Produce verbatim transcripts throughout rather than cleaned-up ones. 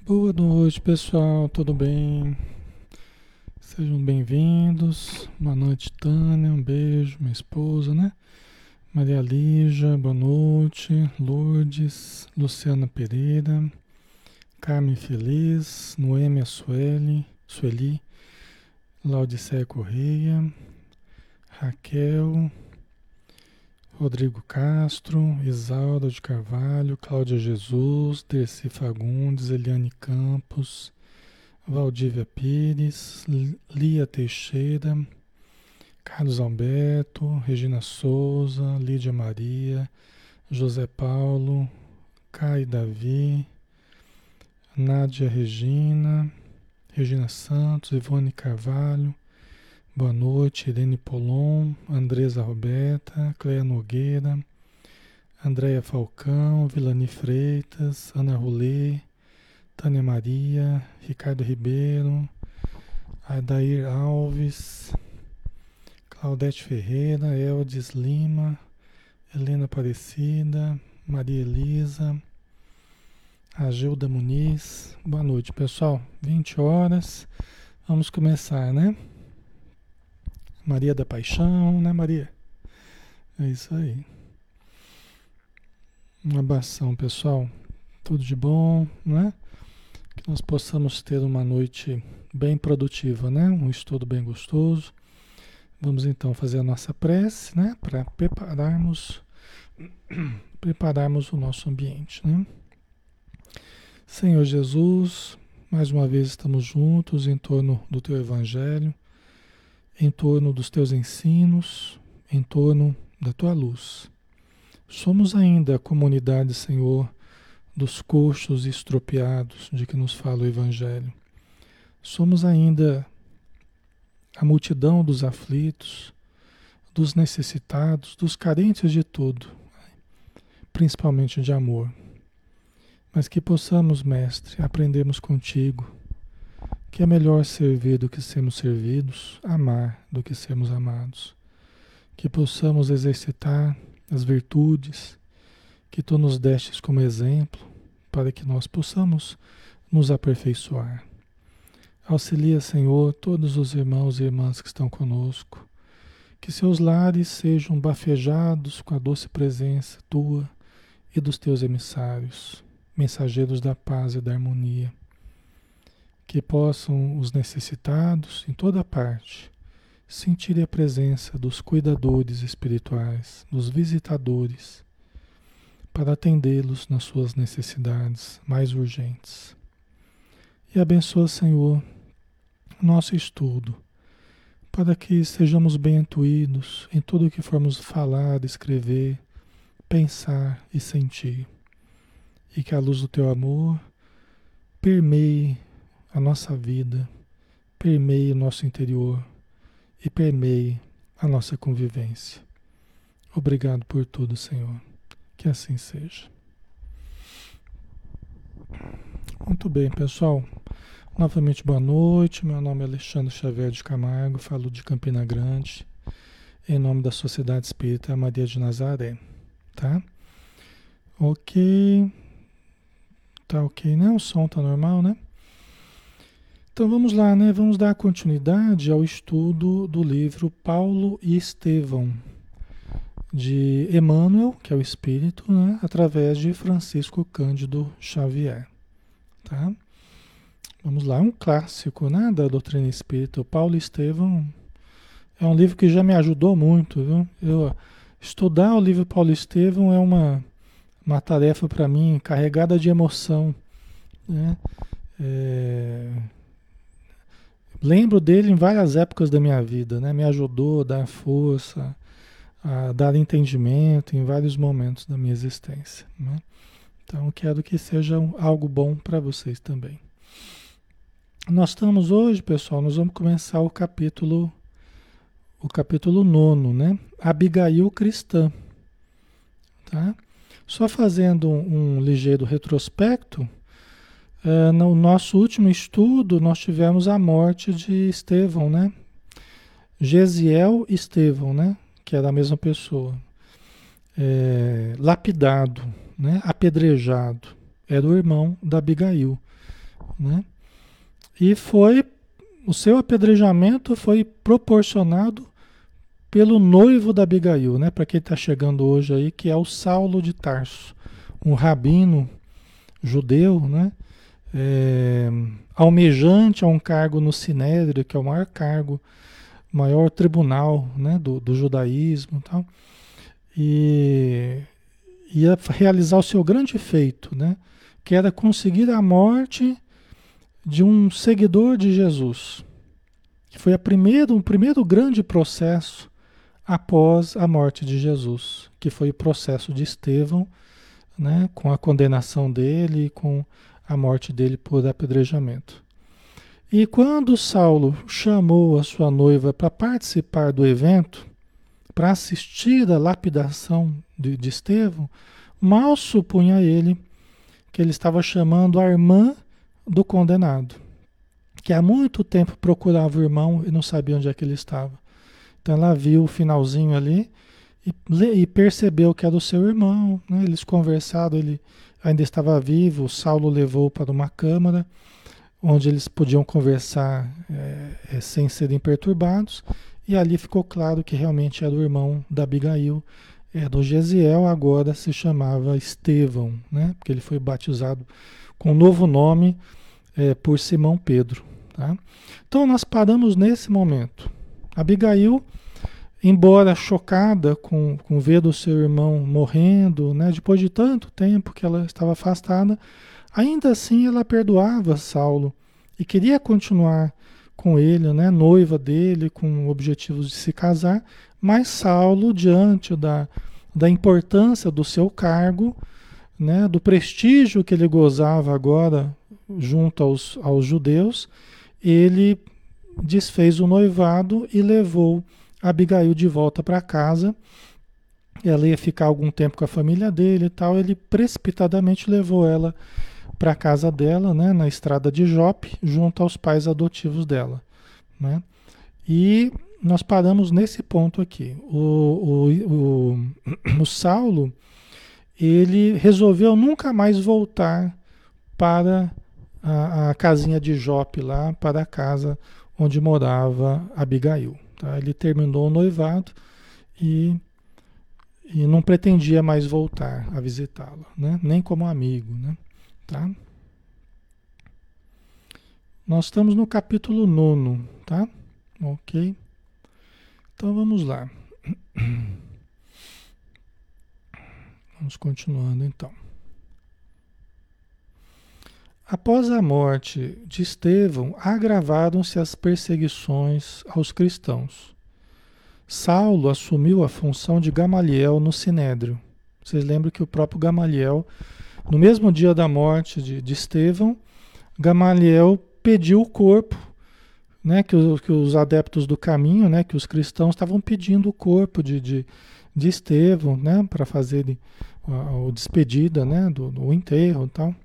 Boa noite, pessoal. Tudo bem? Sejam bem-vindos. Boa noite, Tânia. Um beijo, minha esposa, né? Maria Lígia, boa noite. Lourdes, Luciana Pereira, Carmen Feliz, Noêmia Sueli, Sueli, Laodiceia Correia, Raquel, Rodrigo Castro, Isaura de Carvalho, Cláudia Jesus, Dercy Fagundes, Eliane Campos, Valdívia Pires, Lia Teixeira, Carlos Alberto, Regina Souza, Lídia Maria, José Paulo, Caio Davi, Nádia Regina, Regina Santos, Ivone Carvalho, boa noite, Irene Polon, Andresa Roberta, Cleia Nogueira, Andréia Falcão, Vilani Freitas, Ana Rolê, Tânia Maria, Ricardo Ribeiro, Adair Alves, Claudete Ferreira, Eldes Lima, Helena Aparecida, Maria Elisa, Agilda Muniz. Boa noite, pessoal. vinte horas. Vamos começar, né? Maria da Paixão, né, Maria? É isso aí. Um abração, pessoal. Tudo de bom, né? Que nós possamos ter uma noite bem produtiva, né? Um estudo bem gostoso. Vamos então fazer a nossa prece, né? Para prepararmos, prepararmos o nosso ambiente, né? Senhor Jesus, mais uma vez estamos juntos em torno do Teu Evangelho, em torno dos Teus ensinos, em torno da Tua luz. Somos ainda a comunidade, Senhor, dos coxos e estropiados de que nos fala o Evangelho. Somos ainda a multidão dos aflitos, dos necessitados, dos carentes de tudo, principalmente de amor. Mas que possamos, Mestre, aprendermos contigo que é melhor servir do que sermos servidos, amar do que sermos amados. Que possamos exercitar as virtudes que Tu nos destes como exemplo, para que nós possamos nos aperfeiçoar. Auxilia, Senhor, todos os irmãos e irmãs que estão conosco, que seus lares sejam bafejados com a doce presença Tua e dos Teus emissários, mensageiros da paz e da harmonia. Que possam os necessitados, em toda parte, sentir a presença dos cuidadores espirituais, dos visitadores, para atendê-los nas suas necessidades mais urgentes. E abençoa, Senhor, nosso estudo, para que sejamos bem intuídos em tudo o que formos falar, escrever, pensar e sentir. E que a luz do Teu amor permeie a nossa vida, permeie o nosso interior e permeie a nossa convivência. Obrigado por tudo, Senhor. Que assim seja. Muito bem, pessoal. Novamente, boa noite. Meu nome é Alexandre Xavier de Camargo, falo de Campina Grande, em nome da Sociedade Espírita Maria de Nazaré. Tá? Ok. Tá ok, né? O som tá normal, né? Então vamos lá, né? Vamos dar continuidade ao estudo do livro Paulo e Estevão, de Emmanuel, que é o Espírito, né? Através de Francisco Cândido Xavier. Tá? Vamos lá, um clássico, né, da doutrina espírita. O Paulo e Estevão é um livro que já me ajudou muito, viu? Eu, estudar o livro Paulo e Estevão é uma, uma tarefa para mim carregada de emoção, né? É, lembro dele em várias épocas da minha vida, né? Me ajudou a dar força, a dar entendimento em vários momentos da minha existência, né? Então quero que seja algo bom para vocês também. Nós estamos hoje, pessoal, nós vamos começar o capítulo, o capítulo nono, né? Abigail cristã, tá? Só fazendo um, um ligeiro retrospecto, uh, no nosso último estudo nós tivemos a morte de Estevão, né? Gesiel e Estevão, né? Que era a mesma pessoa. É, lapidado, né? Apedrejado. Era o irmão da Abigail. né? E foi, o seu apedrejamento foi proporcionado pelo noivo da Abigail, né? Para quem está chegando hoje aí, que é o Saulo de Tarso, um rabino judeu, né? É, almejante a um cargo no Sinédrio, que é o maior cargo, maior tribunal, né? do, do judaísmo e tal. E ia realizar o seu grande feito, né? Que era conseguir a morte de um seguidor de Jesus, que foi a primeiro, o primeiro grande processo após a morte de Jesus, que foi o processo de Estevão, né, com a condenação dele e com a morte dele por apedrejamento. E quando Saulo chamou a sua noiva para participar do evento, para assistir à lapidação de, de Estevão, mal supunha ele que ele estava chamando a irmã do condenado, que há muito tempo procurava o irmão e não sabia onde é que ele estava. Então ela viu o finalzinho ali e, e percebeu que era o seu irmão, né? Eles conversaram, ele ainda estava vivo, Saulo levou para uma câmara onde eles podiam conversar é, é, sem serem perturbados, e ali ficou claro que realmente era o irmão da Abigail, era o Gesiel, agora se chamava Estevão, né? Porque ele foi batizado com um novo nome é, por Simão Pedro. Tá? Então nós paramos nesse momento. Abigail, embora chocada com, com ver o seu irmão morrendo, né? Depois de tanto tempo que ela estava afastada, ainda assim ela perdoava Saulo e queria continuar com ele, né? Noiva dele, com objetivos de se casar, mas Saulo, diante da, da importância do seu cargo, né? Do prestígio que ele gozava agora junto aos, aos judeus, ele desfez o noivado e levou Abigail de volta para casa. Ela ia ficar algum tempo com a família dele e tal. Ele precipitadamente levou ela para a casa dela, né, na estrada de Jope, junto aos pais adotivos dela, né? E nós paramos nesse ponto aqui. O, o, o, o Saulo, ele resolveu nunca mais voltar para a, a casinha de Jope lá, para a casa onde morava Abigail. Tá? Ele terminou o noivado e, e não pretendia mais voltar a visitá-la, né? Nem como amigo, né? Tá? Nós estamos no capítulo nono, tá? Ok? Então vamos lá. Vamos continuando então. Após a morte de Estevão, agravaram-se as perseguições aos cristãos. Saulo assumiu a função de Gamaliel no Sinédrio. Vocês lembram que o próprio Gamaliel, no mesmo dia da morte de, de Estevão, Gamaliel pediu o corpo, né, que, os, que os adeptos do caminho, né, que os cristãos estavam pedindo o corpo de, de, de Estevão, né, para fazer a, a despedida, né, do, do enterro e tal.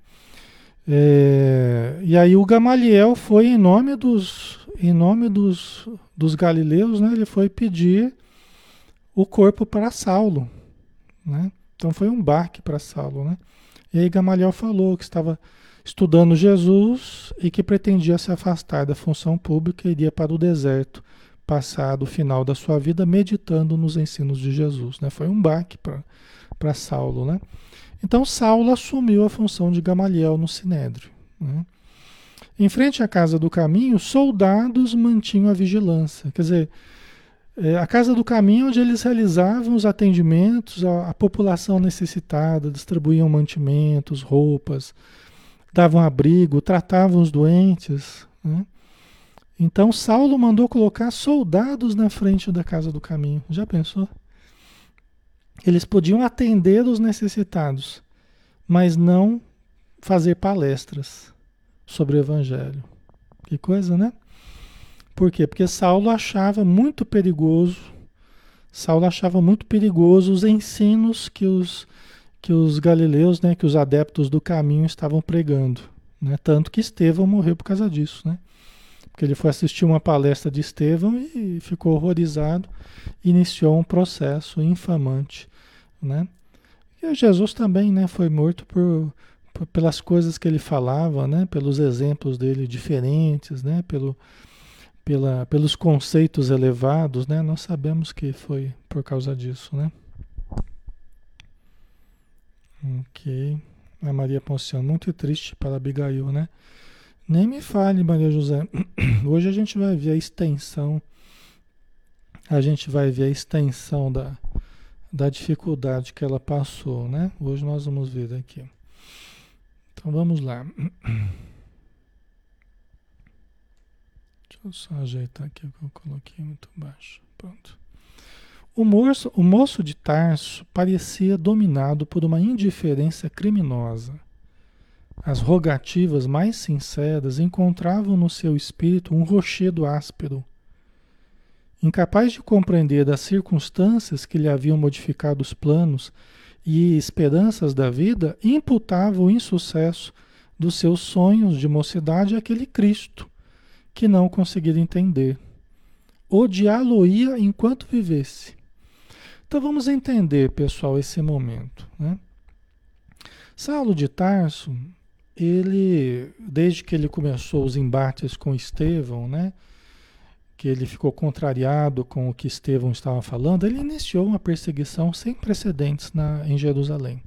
É, e aí o Gamaliel foi em nome dos, em nome dos, dos galileus, né, ele foi pedir o corpo para Saulo, né? Então foi um baque para Saulo, né? E aí Gamaliel falou que estava estudando Jesus e que pretendia se afastar da função pública e iria para o deserto, passar o final da sua vida meditando nos ensinos de Jesus, né? Foi um baque para Saulo, né? Então Saulo assumiu a função de Gamaliel no Sinédrio, né? Em frente à casa do caminho, soldados mantinham a vigilância. Quer dizer, é, a casa do caminho onde eles realizavam os atendimentos à, à população necessitada, distribuíam mantimentos, roupas, davam abrigo, tratavam os doentes, né? Então Saulo mandou colocar soldados na frente da casa do caminho. Já pensou? Eles podiam atender os necessitados, mas não fazer palestras sobre o evangelho. Que coisa, né? Por quê? Porque Saulo achava muito perigoso, Saulo achava muito perigoso os ensinos que os, que os galileus, né, que os adeptos do caminho estavam pregando, né? Tanto que Estevão morreu por causa disso, né? Porque ele foi assistir uma palestra de Estevão e ficou horrorizado, iniciou um processo infamante, né? E Jesus também, né, foi morto por, por- pelas coisas que ele falava, né? Pelos exemplos dele diferentes, né? Pelo, pela, pelos conceitos elevados, né? Nós sabemos que foi por causa disso, né? Ok. A Maria Ponciano, muito triste para Abigail, né? Nem me fale, Maria José. Hoje a gente vai ver a extensão, a gente vai ver a extensão da, da dificuldade que ela passou, né? Hoje nós vamos ver aqui. Então vamos lá. Deixa eu só ajeitar aqui o que eu coloquei muito baixo. Pronto. O moço, o moço de Tarso parecia dominado por uma indiferença criminosa. As rogativas mais sinceras encontravam no seu espírito um rochedo áspero. Incapaz de compreender as circunstâncias que lhe haviam modificado os planos e esperanças da vida, imputava o insucesso dos seus sonhos de mocidade àquele Cristo, que não conseguira entender. Odiá-lo-ia enquanto vivesse. Então vamos entender, pessoal, esse momento, né? Saulo de Tarso, ele, desde que ele começou os embates com Estevão, né, que ele ficou contrariado com o que Estevão estava falando, ele iniciou uma perseguição sem precedentes na, em Jerusalém.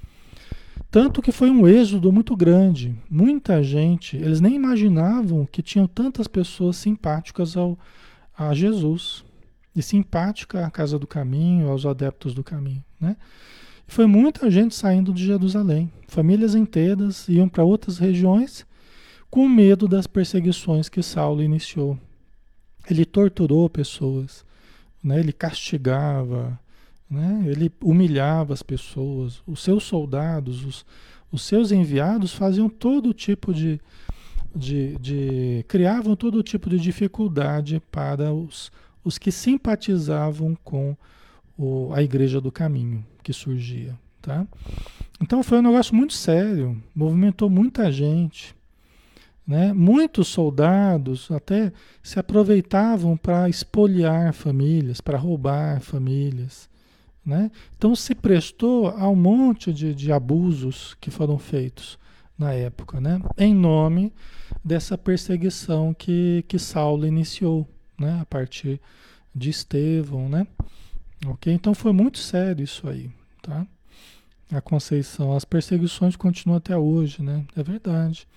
Tanto que foi um êxodo muito grande. Muita gente, eles nem imaginavam que tinham tantas pessoas simpáticas ao, a Jesus. E simpática à Casa do Caminho, aos adeptos do caminho, né? E foi muita gente saindo de Jerusalém. Famílias inteiras iam para outras regiões com medo das perseguições que Saulo iniciou. Ele torturou pessoas, né? Ele castigava, né? Ele humilhava as pessoas. Os seus soldados, os, os seus enviados faziam todo tipo de, de, de... criavam todo tipo de dificuldade para os, os que simpatizavam com o, a Igreja do Caminho que surgia, tá? Então foi um negócio muito sério, movimentou muita gente, né? Muitos soldados até se aproveitavam para espoliar famílias, para roubar famílias, né? Então se prestou a um monte de, de abusos que foram feitos na época, né? Em nome dessa perseguição que, que Saulo iniciou, né? A partir de Estevão, né? Ok? Então foi muito sério isso aí, tá? A Conceição, as perseguições continuam até hoje, né? É verdade.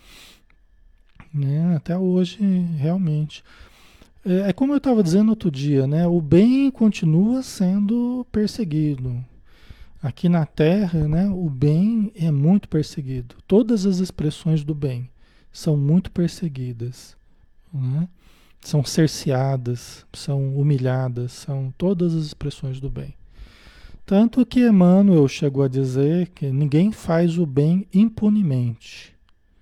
Né? Até hoje, realmente. É, é como eu estava dizendo outro dia, né? O bem continua sendo perseguido. Aqui na Terra, né? O bem é muito perseguido. Todas as expressões do bem são muito perseguidas, né? São cerceadas, são humilhadas, são todas as expressões do bem. Tanto que Emmanuel chegou a dizer que ninguém faz o bem impunemente.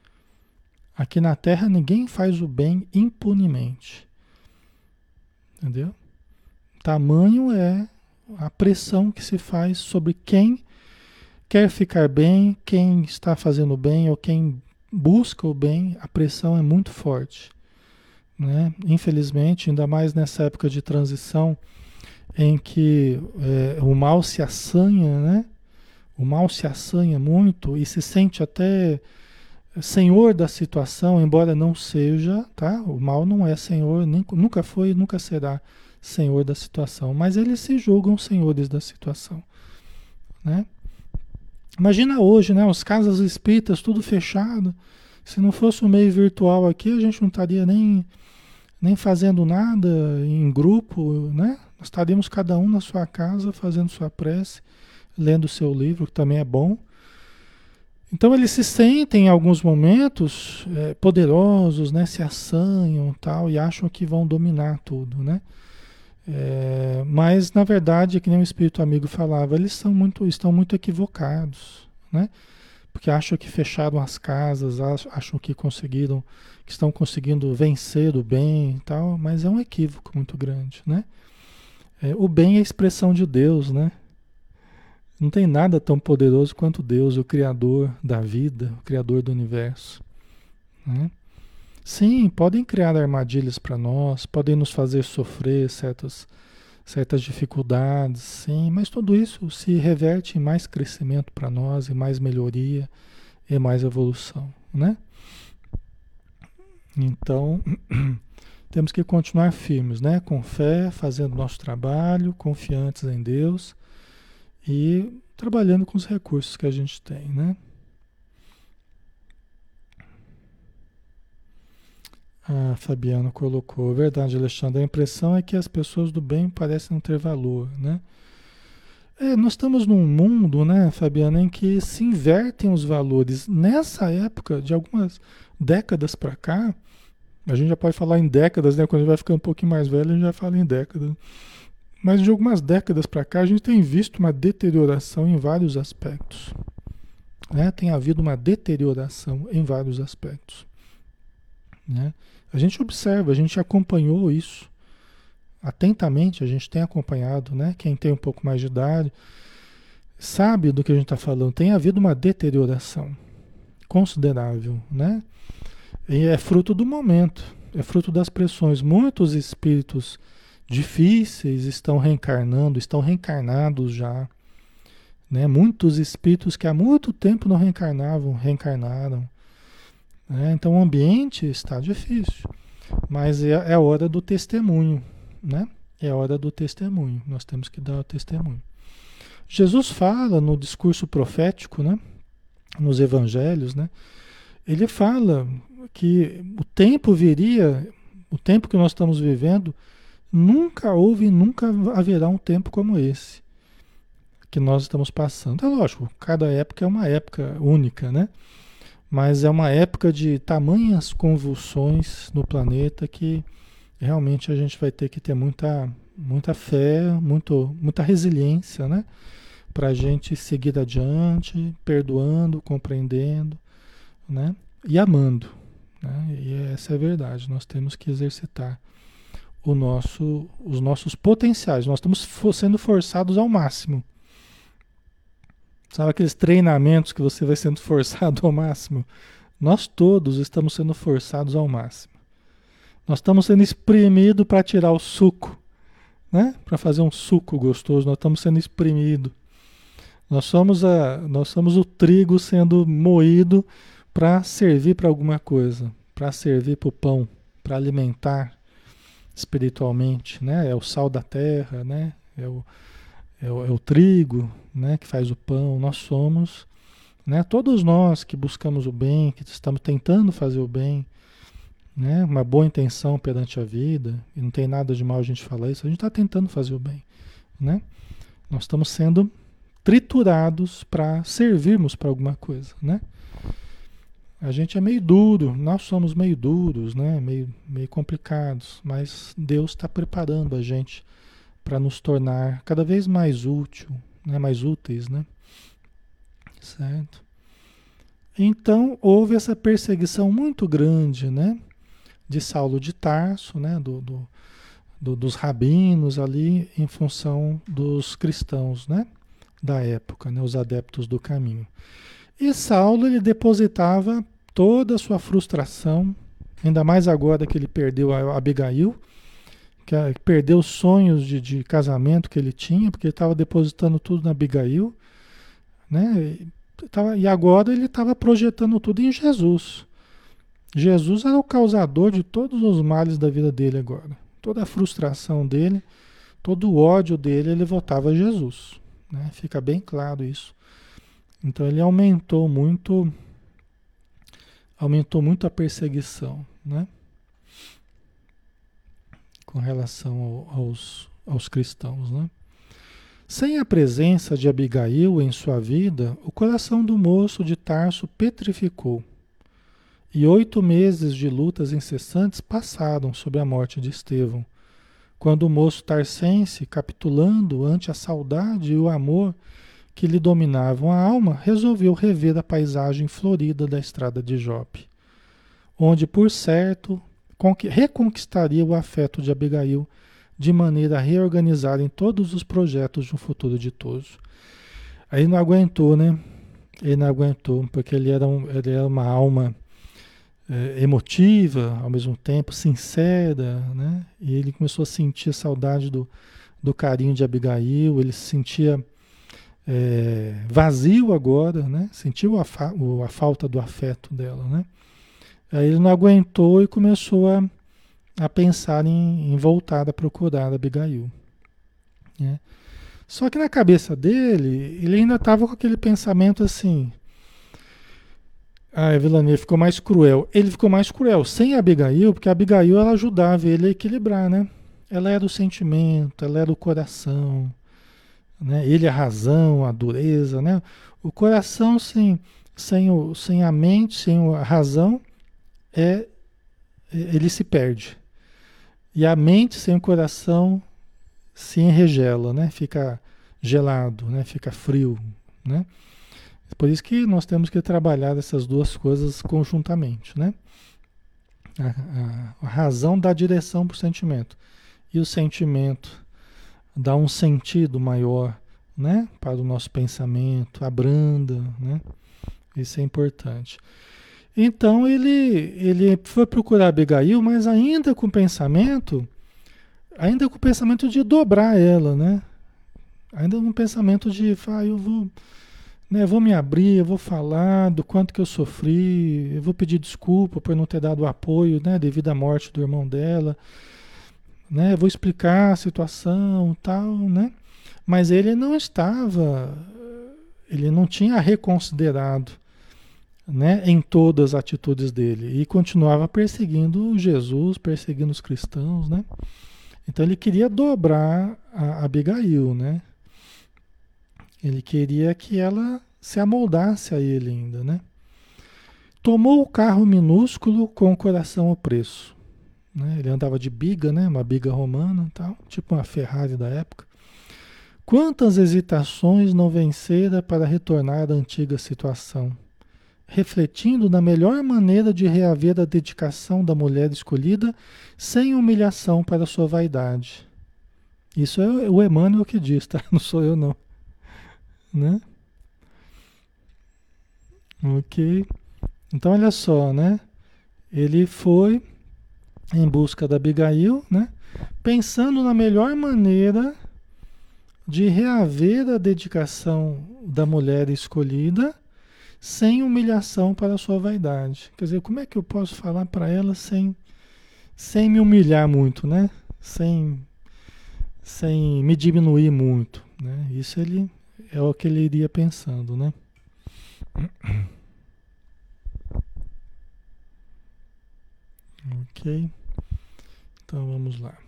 Aqui na Terra ninguém faz o bem impunemente. Entendeu? Tamanho é a pressão que se faz sobre quem quer ficar bem, quem está fazendo bem ou quem busca o bem, a pressão é muito forte. Né? Infelizmente, ainda mais nessa época de transição em que é, o mal se assanha, né? O mal se assanha muito e se sente até senhor da situação, embora não seja, tá? O mal não é senhor, nem, nunca foi e nunca será senhor da situação, mas eles se julgam senhores da situação, né? Imagina hoje, né? Os casas espíritas tudo fechado. Se não fosse o meio virtual aqui, a gente não estaria nem nem fazendo nada em grupo, né? Nós estaríamos cada um na sua casa fazendo sua prece, lendo seu livro, que também é bom. Então eles se sentem em alguns momentos é, poderosos, né? Se assanham tal, e acham que vão dominar tudo, né? É, mas na verdade, que nem o Espírito Amigo falava, eles são muito, estão muito equivocados, né? Porque acham que fecharam as casas, acham que conseguiram, que estão conseguindo vencer o bem e tal, mas é um equívoco muito grande, né? É, o bem é a expressão de Deus, né? Não tem nada tão poderoso quanto Deus, o Criador da vida, o Criador do universo, né? Sim, podem criar armadilhas para nós, podem nos fazer sofrer certas, certas dificuldades, sim, mas tudo isso se reverte em mais crescimento para nós, em mais melhoria, e mais evolução, né? Então, temos que continuar firmes, né? Com fé, fazendo nosso trabalho, confiantes em Deus e trabalhando com os recursos que a gente tem, né? A Fabiana colocou, verdade, Alexandre, a impressão é que as pessoas do bem parecem não ter valor, né? É, nós estamos num mundo, né, Fabiana, em que se invertem os valores. Nessa época, de algumas décadas para cá, a gente já pode falar em décadas, né? Quando a gente vai ficando um pouquinho mais velho, a gente já fala em décadas. Mas de algumas décadas para cá, a gente tem visto uma deterioração em vários aspectos, né? Tem havido uma deterioração em vários aspectos, né? A gente observa, a gente acompanhou isso atentamente, a gente tem acompanhado, né? Quem tem um pouco mais de idade sabe do que a gente está falando. Tem havido uma deterioração considerável, né? E é fruto do momento, é fruto das pressões. Muitos espíritos difíceis estão reencarnando, estão reencarnados já, né? Muitos espíritos que há muito tempo não reencarnavam, reencarnaram. Né? Então o ambiente está difícil, mas é, é a hora do testemunho, né? É a hora do testemunho, nós temos que dar o testemunho. Jesus fala no discurso profético, né? Nos evangelhos, né? Ele fala que o tempo viria, o tempo que nós estamos vivendo, nunca houve e nunca haverá um tempo como esse que nós estamos passando. É lógico, cada época é uma época única, né? Mas é uma época de tamanhas convulsões no planeta que realmente a gente vai ter que ter muita, muita fé, muito, muita resiliência, né? Para a gente seguir adiante, perdoando, compreendendo, né? E amando, né? E essa é a verdade. Nós temos que exercitar o nosso, os nossos potenciais. Nós estamos for, sendo forçados ao máximo. Sabe aqueles treinamentos que você vai sendo forçado ao máximo? Nós todos estamos sendo forçados ao máximo. Nós estamos sendo espremidos para tirar o suco, né? Para fazer um suco gostoso, nós estamos sendo espremidos. Nós somos, a, nós somos o trigo sendo moído para servir para alguma coisa, para servir para o pão, para alimentar espiritualmente, né? É o sal da terra, né? É o, é o, é o trigo, né? Que faz o pão. Nós somos, né? Todos nós que buscamos o bem, que estamos tentando fazer o bem, né? Uma boa intenção perante a vida, e não tem nada de mal a gente falar isso, a gente está tentando fazer o bem, né? Nós estamos sendo triturados para servirmos para alguma coisa, né? A gente é meio duro, nós somos meio duros, né? Meio, meio complicados, mas Deus está preparando a gente para nos tornar cada vez mais útil, né? Mais úteis, né? Certo? Então houve essa perseguição muito grande, né? De Saulo de Tarso, né? Do, do, do, dos rabinos ali em função dos cristãos, né? Da época, né? Os adeptos do caminho. E Saulo, ele depositava toda a sua frustração, ainda mais agora que ele perdeu a Abigail, que perdeu os sonhos de, de casamento que ele tinha, porque ele estava depositando tudo na Abigail, né? E, tava, e agora ele estava projetando tudo em Jesus. Jesus era o causador de todos os males da vida dele agora. Toda a frustração dele, todo o ódio dele, ele voltava a Jesus. Né? Fica bem claro isso. Então ele aumentou muito, aumentou muito a perseguição, né? Com relação ao, aos, aos cristãos, né? Sem a presença de Abigail em sua vida, o coração do moço de Tarso petrificou. E oito meses de lutas incessantes passaram sobre a morte de Estevão, quando o moço tarsense, capitulando ante a saudade e o amor que lhe dominavam a alma, resolveu rever a paisagem florida da estrada de Jope, onde, por certo, reconquistaria o afeto de Abigail, de maneira a reorganizarem todos os projetos de um futuro ditoso. Aí não aguentou, né? Ele não aguentou, porque ele era, um, ele era uma alma é, emotiva, ao mesmo tempo sincera, né? E ele começou a sentir a saudade do, do carinho de Abigail, ele se sentia é, vazio agora, né? Sentiu a, fa o, a falta do afeto dela, né? Aí ele não aguentou e começou a, a pensar em, em voltar a procurar a Abigail, né? Só que na cabeça dele, ele ainda estava com aquele pensamento assim: ah, a Villanelle ficou mais cruel. Ele ficou mais cruel sem a Abigail, porque a Abigail ela ajudava ele a equilibrar, né? Ela era o sentimento, ela era o coração, né? Ele a razão, a dureza, né? O coração sem, sem, o, sem a mente, sem a razão, é, ele se perde. E a mente sem o coração se enregela, né? Fica gelado, né? Fica frio, né? Por isso que nós temos que trabalhar essas duas coisas conjuntamente, né? A, a, a razão dá direção para o sentimento e o sentimento dá um sentido maior, né? Para o nosso pensamento, abranda, né? Isso é importante. Então ele ele foi procurar Abigail, mas ainda com o pensamento, ainda com o pensamento de dobrar ela, né? Ainda com o pensamento de, ah, eu vou né, eu vou me abrir, eu vou falar do quanto que eu sofri, eu vou pedir desculpa por não ter dado apoio, né, devido à morte do irmão dela, né, eu vou explicar a situação, tal, né? Mas ele não estava, ele não tinha reconsiderado, né, em todas as atitudes dele e continuava perseguindo Jesus, perseguindo os cristãos, né? Então ele queria dobrar a Abigail, né? Ele queria que ela se amoldasse a ele ainda, né? Tomou o carro minúsculo com o coração opresso, né? Ele andava de biga, né? Uma biga romana, tal, tipo uma Ferrari da época. Quantas hesitações não vencera para retornar à antiga situação, refletindo na melhor maneira de reaver a dedicação da mulher escolhida sem humilhação para sua vaidade. Isso é o Emmanuel que diz, tá? Não sou eu não, né? Ok. Então olha só, né? Ele foi em busca da Abigail, né? Pensando na melhor maneira de reaver a dedicação da mulher escolhida sem humilhação para a sua vaidade. Quer dizer, como é que eu posso falar para ela sem, sem me humilhar muito, né? Sem, sem me diminuir muito, né? Isso ele, é o que ele iria pensando, né? Ok, então vamos lá.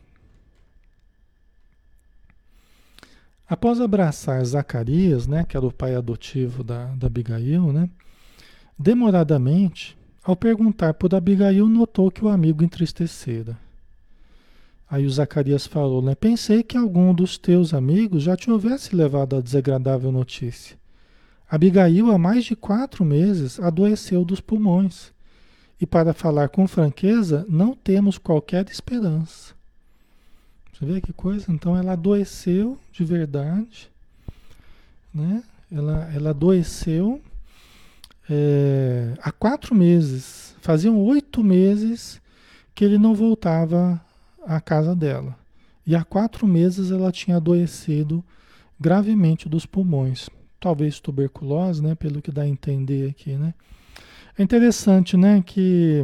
Após abraçar Zacarias, né, que era o pai adotivo da, da Abigail, né, demoradamente, ao perguntar por Abigail, notou que o amigo entristecera. Aí o Zacarias falou, né, pensei que algum dos teus amigos já te houvesse levado a desagradável notícia. Abigail, há mais de quatro meses, adoeceu dos pulmões. E para falar com franqueza, não temos qualquer esperança. Você vê que coisa? Então ela adoeceu de verdade, né? Ela, ela adoeceu é, há quatro meses. Faziam oito meses que ele não voltava à casa dela. E há quatro meses ela tinha adoecido gravemente dos pulmões. Talvez tuberculose, né? Pelo que dá a entender aqui, né? É interessante, né? Que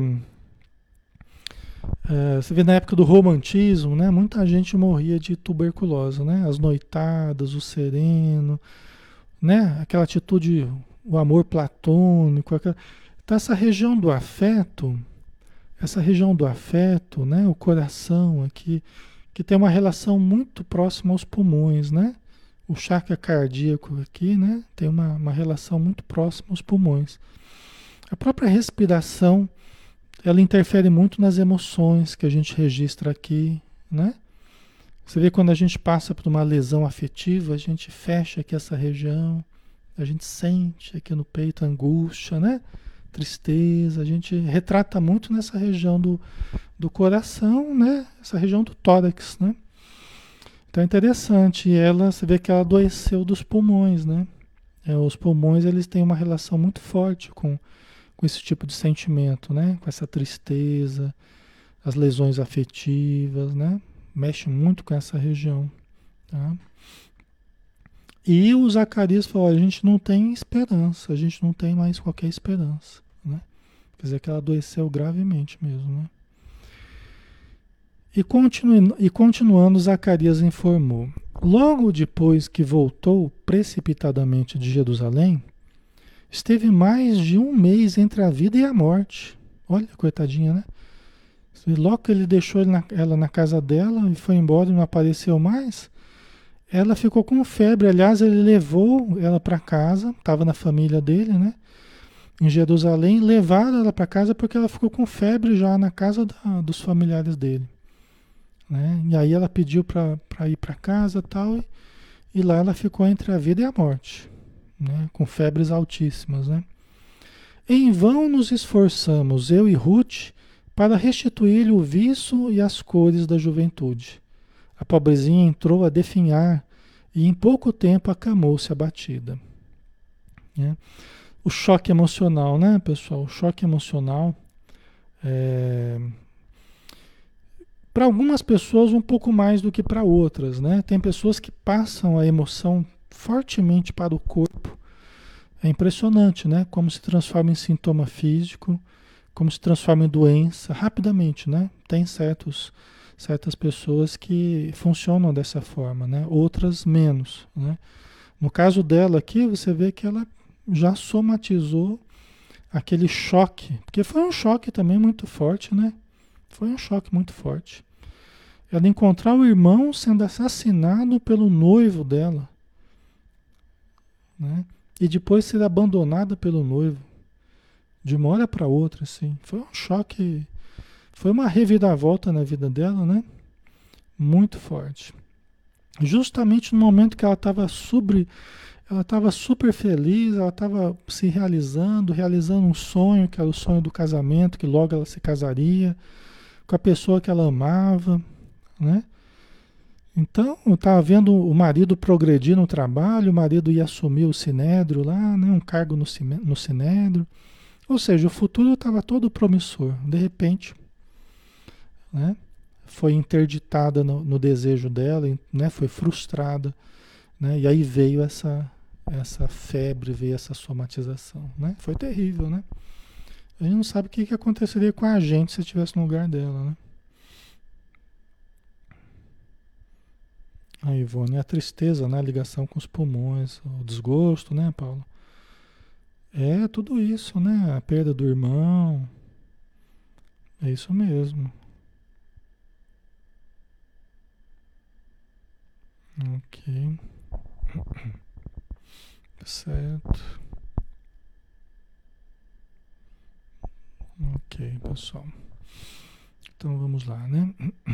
É, você vê na época do romantismo, né? Muita gente morria de tuberculose, né? As noitadas, o sereno, né? Aquela atitude, o amor platônico. Aquela... Então essa região do afeto, essa região do afeto, né? O coração aqui, que tem uma relação muito próxima aos pulmões, né? O chakra cardíaco aqui, né? Tem uma, uma relação muito próxima aos pulmões. A própria respiração, ela interfere muito nas emoções que a gente registra aqui, né? Você vê quando a gente passa por uma lesão afetiva, a gente fecha aqui essa região, a gente sente aqui no peito angústia, né? Tristeza, a gente retrata muito nessa região do, do coração, né? Essa região do tórax, né? Então é interessante, e ela, você vê que ela adoeceu dos pulmões, né? É, os pulmões, eles têm uma relação muito forte com com esse tipo de sentimento, né? Com essa tristeza, as lesões afetivas, né? Mexe muito com essa região, tá? E o Zacarias falou, a gente não tem esperança, a gente não tem mais qualquer esperança, né? Quer dizer que ela adoeceu gravemente mesmo, né? E, continu, e continuando, Zacarias informou, logo depois que voltou precipitadamente de Jerusalém, esteve mais de um mês entre a vida e a morte. Olha, coitadinha, né? Logo que ele deixou ela na casa dela e foi embora e não apareceu mais, ela ficou com febre. Aliás, ele levou ela para casa, estava na família dele, né? Em Jerusalém, levaram ela para casa porque ela ficou com febre já na casa da, dos familiares dele, né? E aí ela pediu para ir para casa tal, e, e lá ela ficou entre a vida e a morte, né? Com febres altíssimas, né? Em vão nos esforçamos, eu e Ruth, para restituir-lhe o viço e as cores da juventude. A pobrezinha entrou a definhar e em pouco tempo acamou-se abatida. Né? O choque emocional, né, pessoal? O choque emocional, é... para algumas pessoas um pouco mais do que para outras, né? Tem pessoas que passam a emoção fortemente para o corpo. É impressionante, né? Como se transforma em sintoma físico, como se transforma em doença rapidamente, né? Tem certos, certas pessoas que funcionam dessa forma, né? Outras menos, né? No caso dela aqui, você vê que ela já somatizou aquele choque, porque foi um choque também muito forte, né? Foi um choque muito forte. Ela encontrar o irmão sendo assassinado pelo noivo dela, né? E depois ser abandonada pelo noivo. De uma hora para outra, assim. Foi um choque, foi uma reviravolta na vida dela, né? Muito forte. Justamente no momento que ela estava sobre, ela estava super feliz, ela estava se realizando, realizando um sonho, que era o sonho do casamento, que logo ela se casaria com a pessoa que ela amava, né? Então, eu estava vendo o marido progredir no trabalho, o marido ia assumir o sinédrio lá, né? Um cargo no, no sinédrio. Ou seja, o futuro estava todo promissor. De repente, né, foi interditada no, no desejo dela, né, foi frustrada, né, e aí veio essa, essa febre, veio essa somatização. Né? Foi terrível, né? A gente não sabe o que, que aconteceria com a gente se estivesse no lugar dela. Né? A Ivone, a tristeza, né, a ligação com os pulmões, o desgosto, né, Paulo? É tudo isso, né? A perda do irmão. É isso mesmo. Ok. Certo. Ok, pessoal. Então vamos lá, né?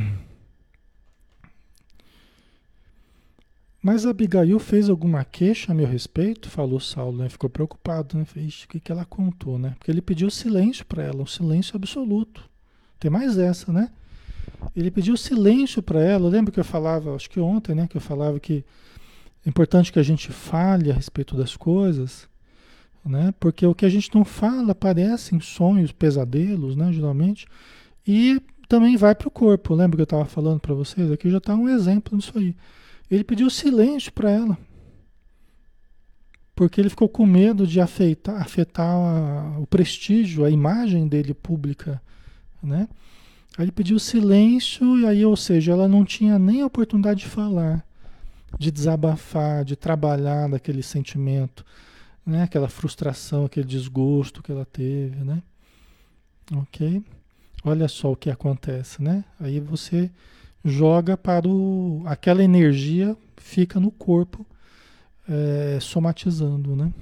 Mas Abigail fez alguma queixa a meu respeito? Falou Saulo, né? Ficou preocupado, né? Ixi, o que, que ela contou, né? Porque ele pediu silêncio para ela, um silêncio absoluto. Tem mais essa, né? Ele pediu silêncio para ela. Lembra que eu falava, acho que ontem, né? Que eu falava que é importante que a gente fale a respeito das coisas, né? Porque o que a gente não fala aparece em sonhos, pesadelos, né? Geralmente. E também vai para o corpo. Lembra que eu estava falando para vocês? Aqui já está um exemplo disso aí. Ele pediu silêncio para ela, porque ele ficou com medo de afetar, afetar a, o prestígio, a imagem dele pública, né? Aí ele pediu silêncio e aí, ou seja, ela não tinha nem a oportunidade de falar, de desabafar, de trabalhar daquele sentimento, né? Aquela frustração, aquele desgosto que ela teve, né? Ok? Olha só o que acontece, né? Aí você joga para o... aquela energia fica no corpo, é, somatizando, né?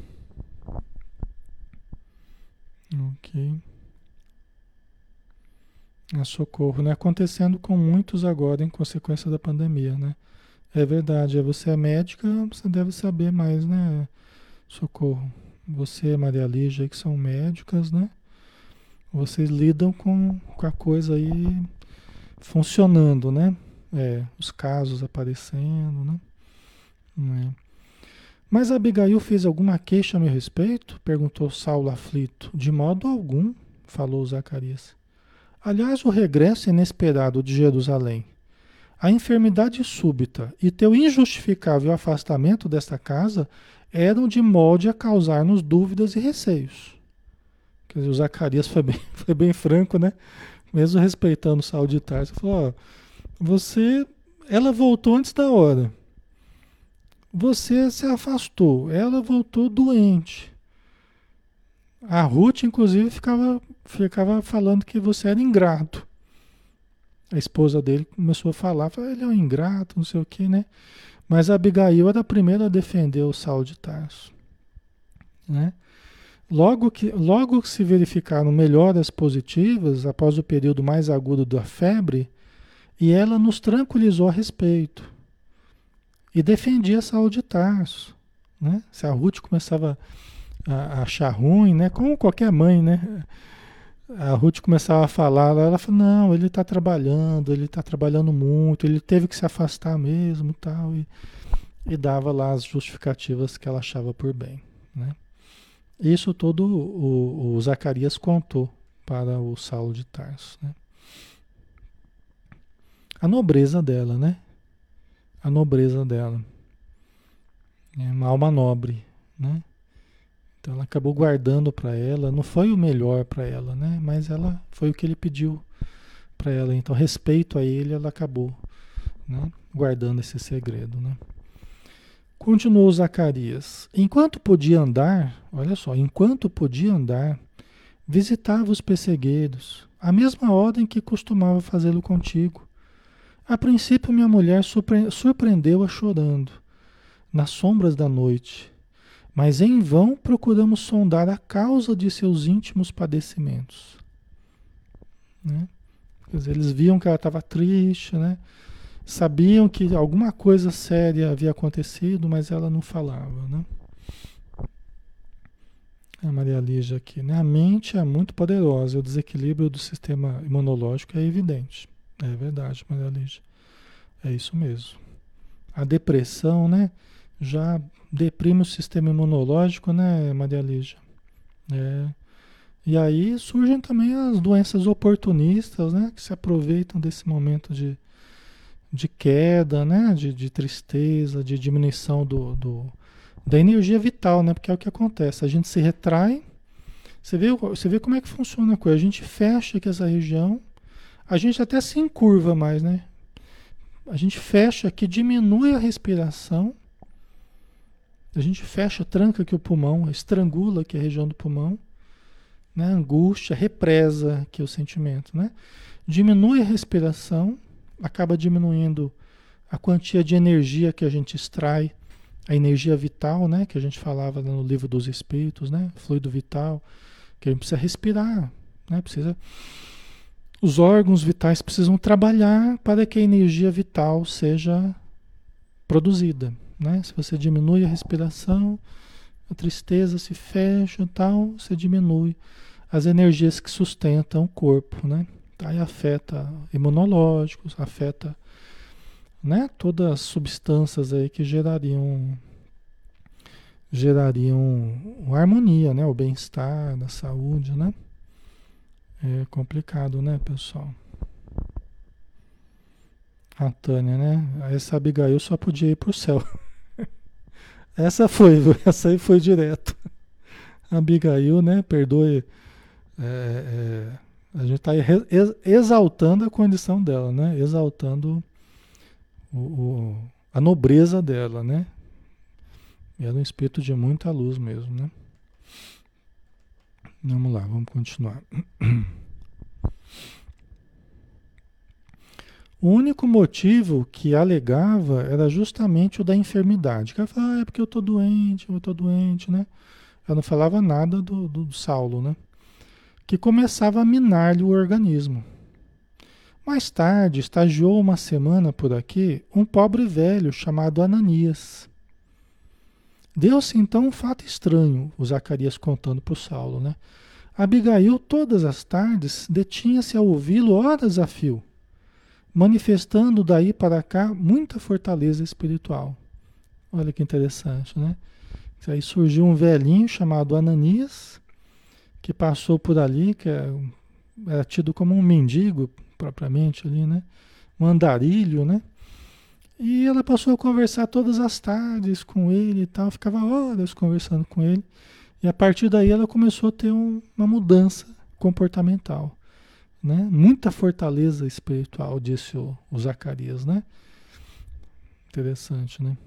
Ok. A socorro, né? Acontecendo com muitos agora em consequência da pandemia, né? É verdade, é, você é médica, você deve saber mais, né? Socorro. Você, Maria Lígia, que são médicas, né? Vocês lidam com, com a coisa aí funcionando, né? É, os casos aparecendo, né? É. Mas Abigail fez alguma queixa a meu respeito? Perguntou Saulo aflito. De modo algum, falou Zacarias. Aliás, o regresso inesperado de Jerusalém. A enfermidade súbita e teu injustificável afastamento desta casa eram de molde a causar-nos dúvidas e receios. Quer dizer, o Zacarias foi bem, foi bem franco, né? Mesmo respeitando Saulo de Tarso, ele falou, ó, você, ela voltou antes da hora. Você se afastou, ela voltou doente. A Ruth, inclusive, ficava, ficava falando que você era ingrato. A esposa dele começou a falar, falou, ele é um ingrato, não sei o que, né? Mas a Abigail era a primeira a defender o Saulo de Tarso, né? Logo que, logo que se verificaram melhoras positivas após o período mais agudo da febre, e ela nos tranquilizou a respeito e defendia Saulo de Tarso, né? Se a Ruth começava a, a achar ruim, né? Como qualquer mãe, né? A Ruth começava a falar, ela falou, não, ele está trabalhando, ele está trabalhando muito, ele teve que se afastar mesmo, tal, e, e dava lá as justificativas que ela achava por bem, né? Isso tudo o, o Zacarias contou para o Saulo de Tarso, né? A nobreza dela, né? A nobreza dela. É uma alma nobre, né? Então ela acabou guardando para ela, não foi o melhor para ela, né? Mas ela foi o que ele pediu para ela. Então, respeito a ele, ela acabou, né, guardando esse segredo, né? Continuou Zacarias. Enquanto podia andar, olha só, enquanto podia andar, visitava os pessegueiros, a mesma ordem que costumava fazê-lo contigo. A princípio, minha mulher surpre- surpreendeu-a chorando, nas sombras da noite, mas em vão procuramos sondar a causa de seus íntimos padecimentos, né? Quer dizer, eles viam que ela estava triste, né? Sabiam que alguma coisa séria havia acontecido, mas ela não falava, né? A Maria Lígia aqui, né? A mente é muito poderosa, o desequilíbrio do sistema imunológico é evidente. É verdade, Maria Lígia. É isso mesmo. A depressão, né? Já deprime o sistema imunológico, né, Maria Lígia? É. E aí surgem também as doenças oportunistas, né? Que se aproveitam desse momento de de queda, né? De, de tristeza, de diminuição do, do, da energia vital, né? Porque é o que acontece, a gente se retrai, você vê, você vê como é que funciona a coisa, a gente fecha aqui essa região, a gente até se encurva mais, né? A gente fecha aqui, diminui a respiração, a gente fecha, tranca aqui o pulmão, estrangula aqui a região do pulmão, né? Angústia, represa aqui o sentimento, né? Diminui a respiração, acaba diminuindo a quantia de energia que a gente extrai, a energia vital, né, que a gente falava no livro dos Espíritos, né, fluido vital, que a gente precisa respirar, né, precisa, os órgãos vitais precisam trabalhar para que a energia vital seja produzida, né? Se você diminui a respiração, a tristeza se fecha e tal, você diminui as energias que sustentam o corpo, né? Aí afeta imunológicos, afeta, né, todas as substâncias aí que gerariam gerariam uma harmonia, né, o bem-estar, da saúde, né? É complicado, né, pessoal? A Tânia, né? Essa Abigail só podia ir pro céu. Essa foi, viu? Essa aí foi direto. Abigail, né? Perdoe. É, é, a gente está exaltando a condição dela, né? Exaltando o, o, a nobreza dela, né? E ela é um espírito de muita luz mesmo, né? Vamos lá, vamos continuar. O único motivo que alegava era justamente o da enfermidade. Que ela falava, ah, é porque eu estou doente, eu estou doente, né? Ela não falava nada do, do, do Saulo, né? Que começava a minar-lhe o organismo. Mais tarde, estagiou uma semana por aqui um pobre velho chamado Ananias. Deu-se então um fato estranho, o Zacarias contando para o Saulo, né? Abigail, todas as tardes, detinha-se a ouvi-lo horas a fio, manifestando daí para cá muita fortaleza espiritual. Olha que interessante, né? Aí surgiu um velhinho chamado Ananias, que passou por ali, que era tido como um mendigo, propriamente ali, né? Um andarilho, né? E ela passou a conversar todas as tardes com ele e tal, ficava horas conversando com ele. E a partir daí ela começou a ter um, uma mudança comportamental, né? Muita fortaleza espiritual, disse o, o Zacarias, né? Interessante, né?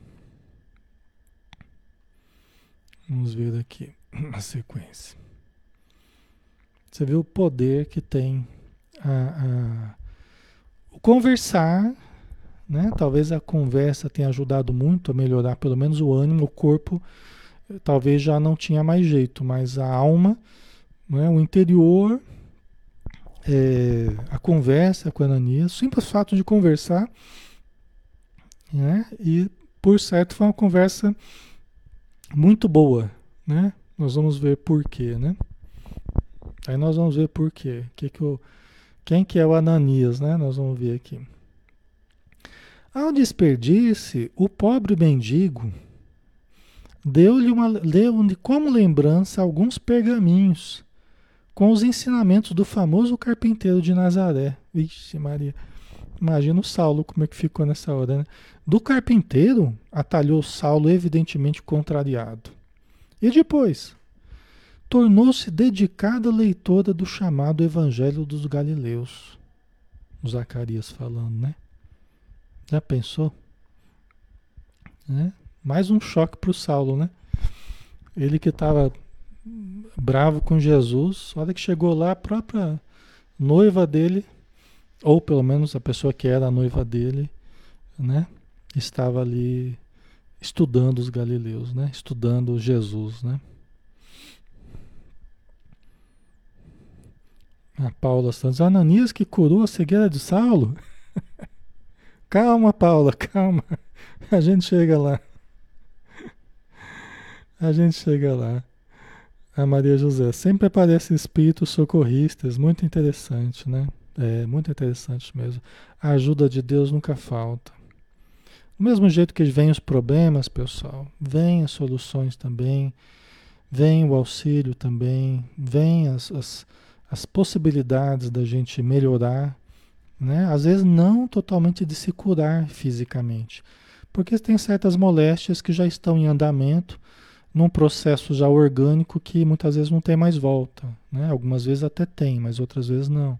Vamos ver aqui a sequência. Você vê o poder que tem a, a, o conversar, né? Talvez a conversa tenha ajudado muito a melhorar pelo menos o ânimo, o corpo talvez já não tinha mais jeito, mas a alma, né? O interior, é, a conversa com a Ananias, o simples fato de conversar, né? E por certo foi uma conversa muito boa, né? Nós vamos ver por quê, né? Aí nós vamos ver por quê. Que que o, quem que é o Ananias, né? Nós vamos ver aqui. Ao despedir-se, o pobre mendigo deu-lhe uma, deu-lhe como lembrança alguns pergaminhos com os ensinamentos do famoso carpinteiro de Nazaré. Vixe Maria, imagina o Saulo como é que ficou nessa hora, né? Do carpinteiro, atalhou Saulo evidentemente contrariado. E depois, tornou-se dedicada leitora do chamado Evangelho dos Galileus. O Zacarias falando, né? Já pensou? Né? Mais um choque para o Saulo, né? Ele que estava bravo com Jesus, a hora que chegou lá, a própria noiva dele, ou pelo menos a pessoa que era a noiva dele, né? Estava ali estudando os galileus, né? Estudando Jesus, né? A Paula Santos, Ananias que curou a cegueira de Saulo? Calma, Paula, calma. A gente chega lá. A gente chega lá. A Maria José, sempre aparecem espíritos socorristas, muito interessante, né? É, muito interessante mesmo. A ajuda de Deus nunca falta. Do mesmo jeito que vem os problemas, pessoal, vem as soluções também, vem o auxílio também, vem as, as, as possibilidades da gente melhorar, né? Às vezes não totalmente de se curar fisicamente, porque tem certas moléstias que já estão em andamento, num processo já orgânico que muitas vezes não tem mais volta, né? Algumas vezes até tem, mas outras vezes não.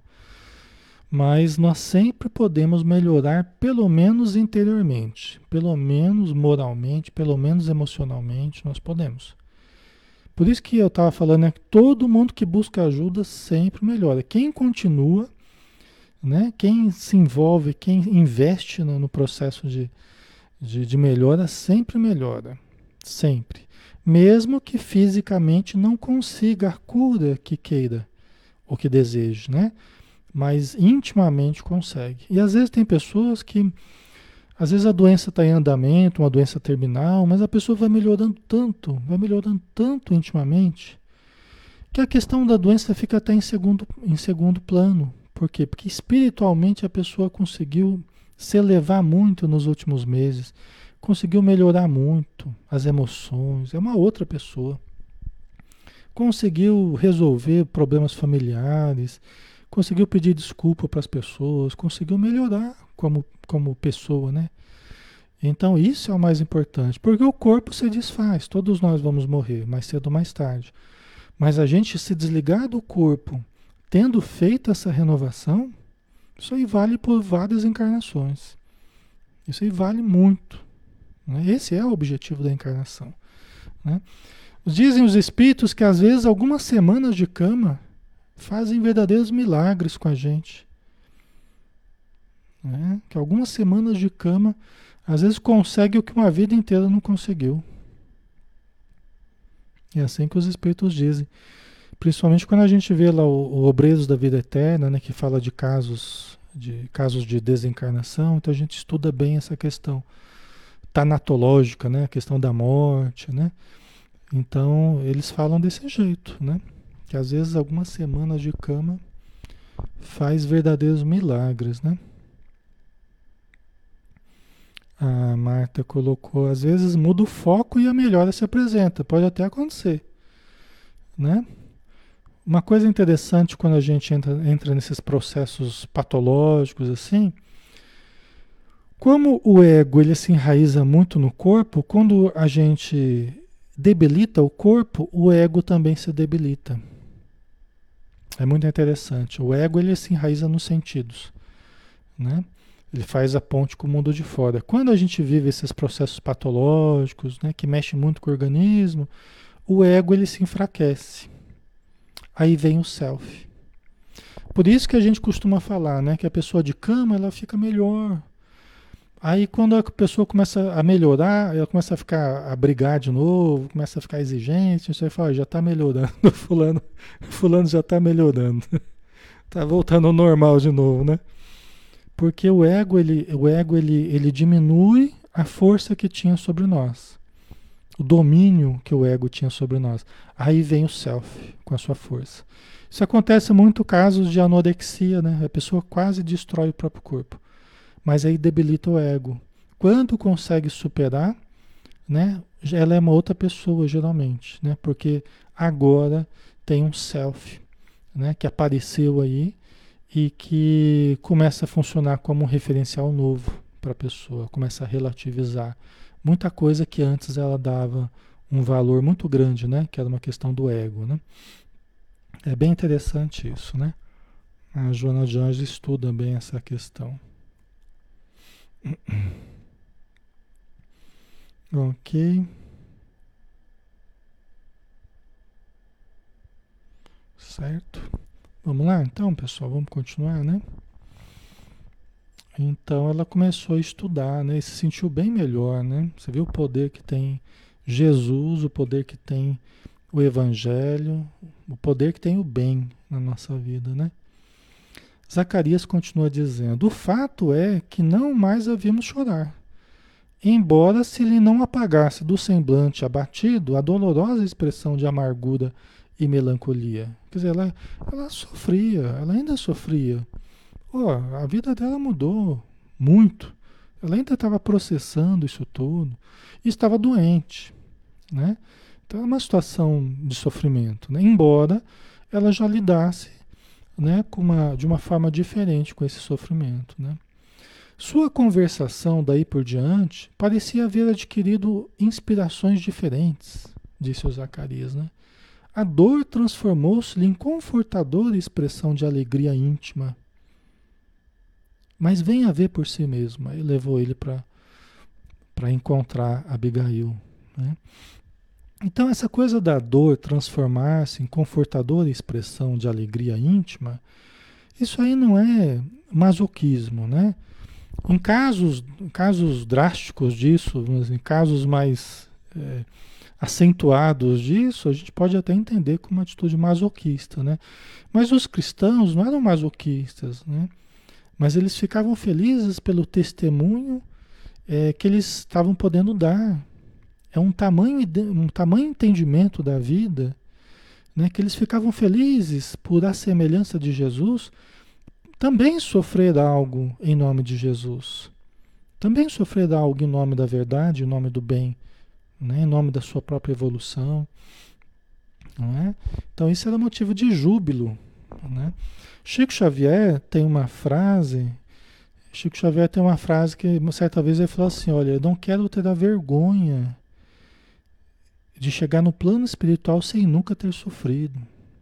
Mas nós sempre podemos melhorar, pelo menos interiormente, pelo menos moralmente, pelo menos emocionalmente, nós podemos. Por isso que eu estava falando, né, que todo mundo que busca ajuda sempre melhora. Quem continua, né, quem se envolve, quem investe no, no processo de, de, de melhora, sempre melhora. Sempre. Mesmo que fisicamente não consiga a cura que queira ou que deseje, né? Mas intimamente consegue. E às vezes tem pessoas que, às vezes a doença está em andamento, uma doença terminal, mas a pessoa vai melhorando tanto, vai melhorando tanto intimamente, que a questão da doença fica até em segundo, em segundo plano. Por quê? Porque espiritualmente a pessoa conseguiu se elevar muito nos últimos meses, conseguiu melhorar muito as emoções, é uma outra pessoa. Conseguiu resolver problemas familiares, conseguiu pedir desculpa para as pessoas, conseguiu melhorar como, como pessoa, né? Então isso é o mais importante, porque o corpo se desfaz, todos nós vamos morrer, mais cedo ou mais tarde. Mas a gente se desligar do corpo, tendo feito essa renovação, isso aí vale por várias encarnações. Isso aí vale muito. Né? Esse é o objetivo da encarnação. Né? Dizem os espíritos que às vezes algumas semanas de cama fazem verdadeiros milagres com a gente. Né? Que algumas semanas de cama, às vezes consegue o que uma vida inteira não conseguiu. É assim que os espíritos dizem. Principalmente quando a gente vê lá o, o Obreiros da Vida Eterna, né, que fala de casos, de casos de desencarnação, então a gente estuda bem essa questão tanatológica, né, a questão da morte, né? Então eles falam desse jeito, né? Que às vezes algumas semanas de cama faz verdadeiros milagres, né? A Marta colocou, às vezes muda o foco e a melhora se apresenta, pode até acontecer, né? Uma coisa interessante quando a gente entra, entra nesses processos patológicos assim, Como o ego ele se enraiza muito no corpo, quando a gente debilita o corpo, o ego também se debilita. É muito interessante. O ego ele se enraiza nos sentidos, né? Ele faz a ponte com o mundo de fora. Quando a gente vive esses processos patológicos, né, que mexem muito com o organismo, o ego ele se enfraquece. Aí vem o self. Por isso que a gente costuma falar, né, que a pessoa de cama ela fica melhor. Aí quando a pessoa começa a melhorar, ela começa a ficar a brigar de novo, começa a ficar exigente, você fala, já está melhorando, fulano, fulano já está melhorando. Está voltando ao normal de novo, né? Porque o ego, ele, o ego ele, ele diminui a força que tinha sobre nós. O domínio que o ego tinha sobre nós. Aí vem o self com a sua força. Isso acontece muito em casos de anorexia, né? A pessoa quase destrói o próprio corpo. Mas aí debilita o ego. Quando consegue superar, né? Ela é uma outra pessoa, geralmente, né? Porque agora tem um self, né? Que apareceu aí e que começa a funcionar como um referencial novo para a pessoa, começa a relativizar muita coisa que antes ela dava um valor muito grande, né? Que era uma questão do ego, né? É bem interessante isso, né? A Joana de Anjos estuda bem essa questão. Ok. Certo. Vamos lá então, pessoal, vamos continuar, né? Então ela começou a estudar, né? E se sentiu bem melhor, né? Você viu o poder que tem Jesus, o poder que tem o Evangelho, o poder que tem o bem na nossa vida, né? Zacarias continua dizendo: o fato é que não mais havíamos chorar, embora se lhe não apagasse do semblante abatido a dolorosa expressão de amargura e melancolia. Quer dizer, ela, ela sofria, ela ainda sofria. Oh, a vida dela mudou muito. Ela ainda estava processando isso tudo e estava doente, né? Então é uma situação de sofrimento, né? Embora ela já lidasse, né, com uma, de uma forma diferente com esse sofrimento, né? Sua conversação daí por diante parecia haver adquirido inspirações diferentes, disse o Zacarias, né? A dor transformou-se-lhe em confortadora expressão de alegria íntima. Mas vem a ver por si mesmo. Aí levou ele para para encontrar Abigail, né? Então essa coisa da dor transformar-se em confortadora expressão de alegria íntima, isso aí não é masoquismo, né? Em casos, em casos drásticos disso, em casos mais é, acentuados disso, a gente pode até entender como uma atitude masoquista, né? Mas os cristãos não eram masoquistas, né? Mas eles ficavam felizes pelo testemunho é, que eles estavam podendo dar. É um tamanho, um tamanho entendimento da vida, né, que eles ficavam felizes por a semelhança de Jesus, também sofrer algo em nome de Jesus. Também sofrer algo em nome da verdade, em nome do bem, né, em nome da sua própria evolução. Não é? Então isso era motivo de júbilo, né? Chico Xavier tem uma frase, Chico Xavier tem uma frase que certa vez ele falou assim, olha, eu não quero ter a vergonha de chegar no plano espiritual sem nunca ter sofrido.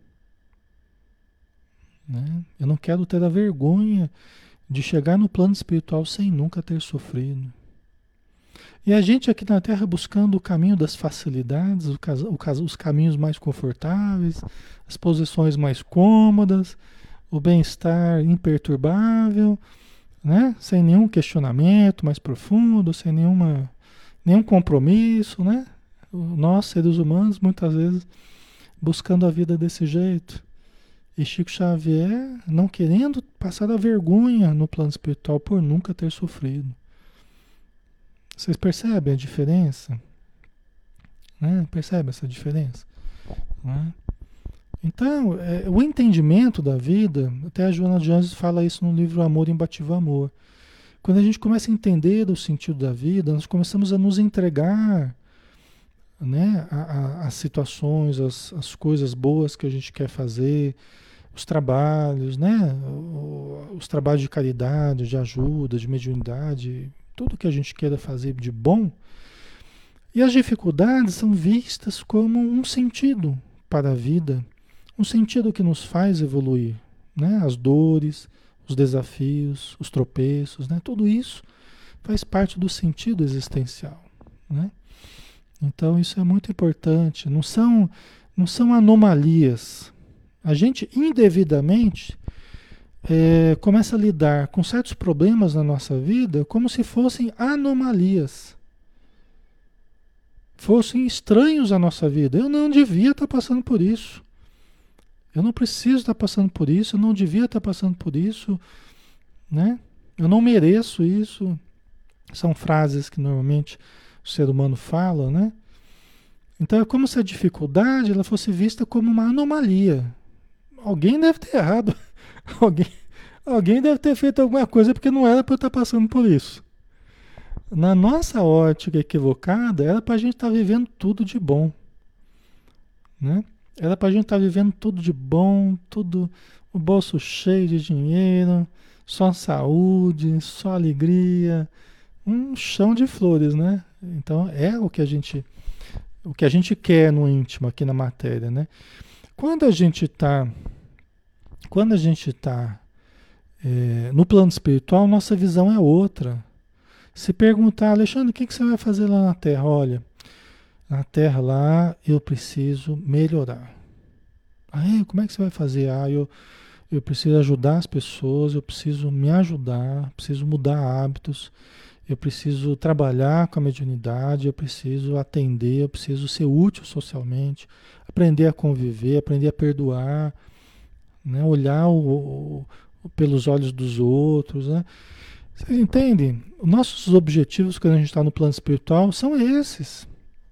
Né? Eu não quero ter a vergonha de chegar no plano espiritual sem nunca ter sofrido. E a gente aqui na Terra buscando o caminho das facilidades, o, o, os caminhos mais confortáveis, as posições mais cômodas, o bem-estar imperturbável, né? Sem nenhum questionamento mais profundo, sem nenhuma, nenhum compromisso, né? Nós, seres humanos, muitas vezes buscando a vida desse jeito. E Chico Xavier não querendo passar a vergonha no plano espiritual por nunca ter sofrido. Vocês percebem a diferença? Né? Percebe essa diferença? Né? Então, é, o entendimento da vida, até a Joana de Anjos fala isso no livro Amor Imbatível Amor. Quando a gente começa a entender o sentido da vida, nós começamos a nos entregar, né, as situações, as, as coisas boas que a gente quer fazer, os trabalhos, né, os trabalhos de caridade, de ajuda, de mediunidade, tudo que a gente queira fazer de bom. E as dificuldades são vistas como um sentido para a vida, um sentido que nos faz evoluir, né? As dores, os desafios, os tropeços, né? Tudo isso faz parte do sentido existencial, né? Então isso é muito importante. Não são, não são anomalias. A gente indevidamente é, começa a lidar com certos problemas na nossa vida como se fossem anomalias, fossem estranhos à nossa vida. Eu não devia estar passando por isso. Eu não preciso estar passando por isso. Eu não devia estar passando por isso, né? Eu não mereço isso. São frases que normalmente o ser humano fala, né? Então é como se a dificuldade ela fosse vista como uma anomalia. Alguém deve ter errado. Alguém, alguém deve ter feito alguma coisa porque não era para eu estar passando por isso. Na nossa ótica equivocada, era para a gente estar vivendo tudo de bom, né? Era para a gente estar vivendo tudo de bom, tudo, o bolso cheio de dinheiro, só saúde, só alegria, um chão de flores, né? Então é o que a gente, o que a gente quer no íntimo aqui na matéria, né? Quando a gente está, quando a gente está é, no plano espiritual, nossa visão é outra. Se perguntar, Alexandre, o que, que você vai fazer lá na Terra? Olha, na Terra lá eu preciso melhorar. Ah, é? Como é que você vai fazer? Ah, eu, eu preciso ajudar as pessoas, eu preciso me ajudar, preciso mudar hábitos, eu preciso trabalhar com a mediunidade, eu preciso atender, eu preciso ser útil socialmente, aprender a conviver, aprender a perdoar, né? Olhar o, o, pelos olhos dos outros, né? Vocês entendem? Os nossos objetivos quando a gente está no plano espiritual são esses,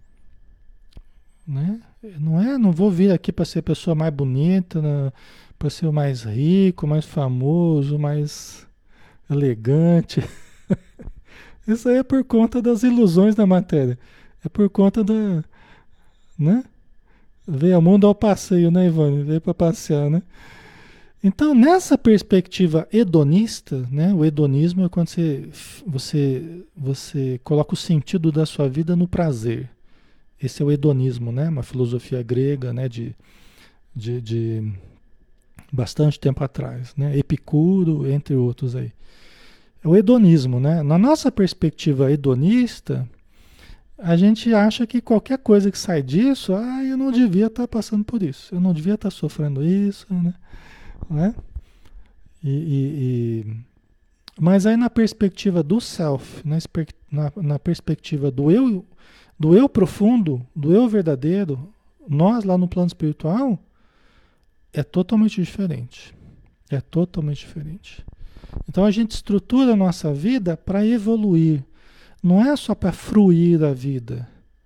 né? Não é, não vou vir aqui para ser a pessoa mais bonita, né? Para ser o mais rico, mais famoso, mais elegante. Isso aí é por conta das ilusões da matéria. É por conta da, né? Veio ao mundo ao passeio, né, Ivone? Veio para passear, né? Então, nessa perspectiva hedonista, né, o hedonismo é quando você, você, você coloca o sentido da sua vida no prazer. Esse é o hedonismo, né, uma filosofia grega, né, de, de, de bastante tempo atrás, né, Epicuro, entre outros aí. É o hedonismo, né? Na nossa perspectiva hedonista, a gente acha que qualquer coisa que sai disso, ah, eu não devia estar passando por isso, eu não devia estar sofrendo isso, né? Né? E, e, e... Mas aí na perspectiva do self, na, na, na perspectiva do eu, do eu profundo, do eu verdadeiro, nós lá no plano espiritual, é totalmente diferente. É totalmente diferente. Então a gente estrutura a nossa vida para evoluir. Não é só para fruir a vida,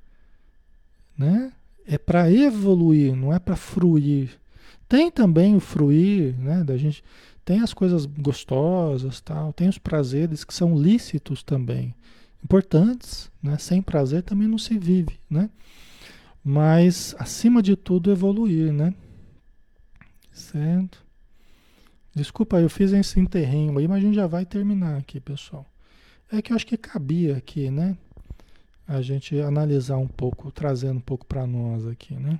né? É para evoluir, não é para fruir. Tem também o fruir, né? Da gente tem as coisas gostosas, tal, tem os prazeres que são lícitos também, importantes, né? Sem prazer também não se vive, né? Mas acima de tudo evoluir, né? Certo? Desculpa, eu fiz esse interregno aí, mas a gente já vai terminar aqui, pessoal. É que eu acho que cabia aqui, né? A gente analisar um pouco, trazendo um pouco para nós aqui, né?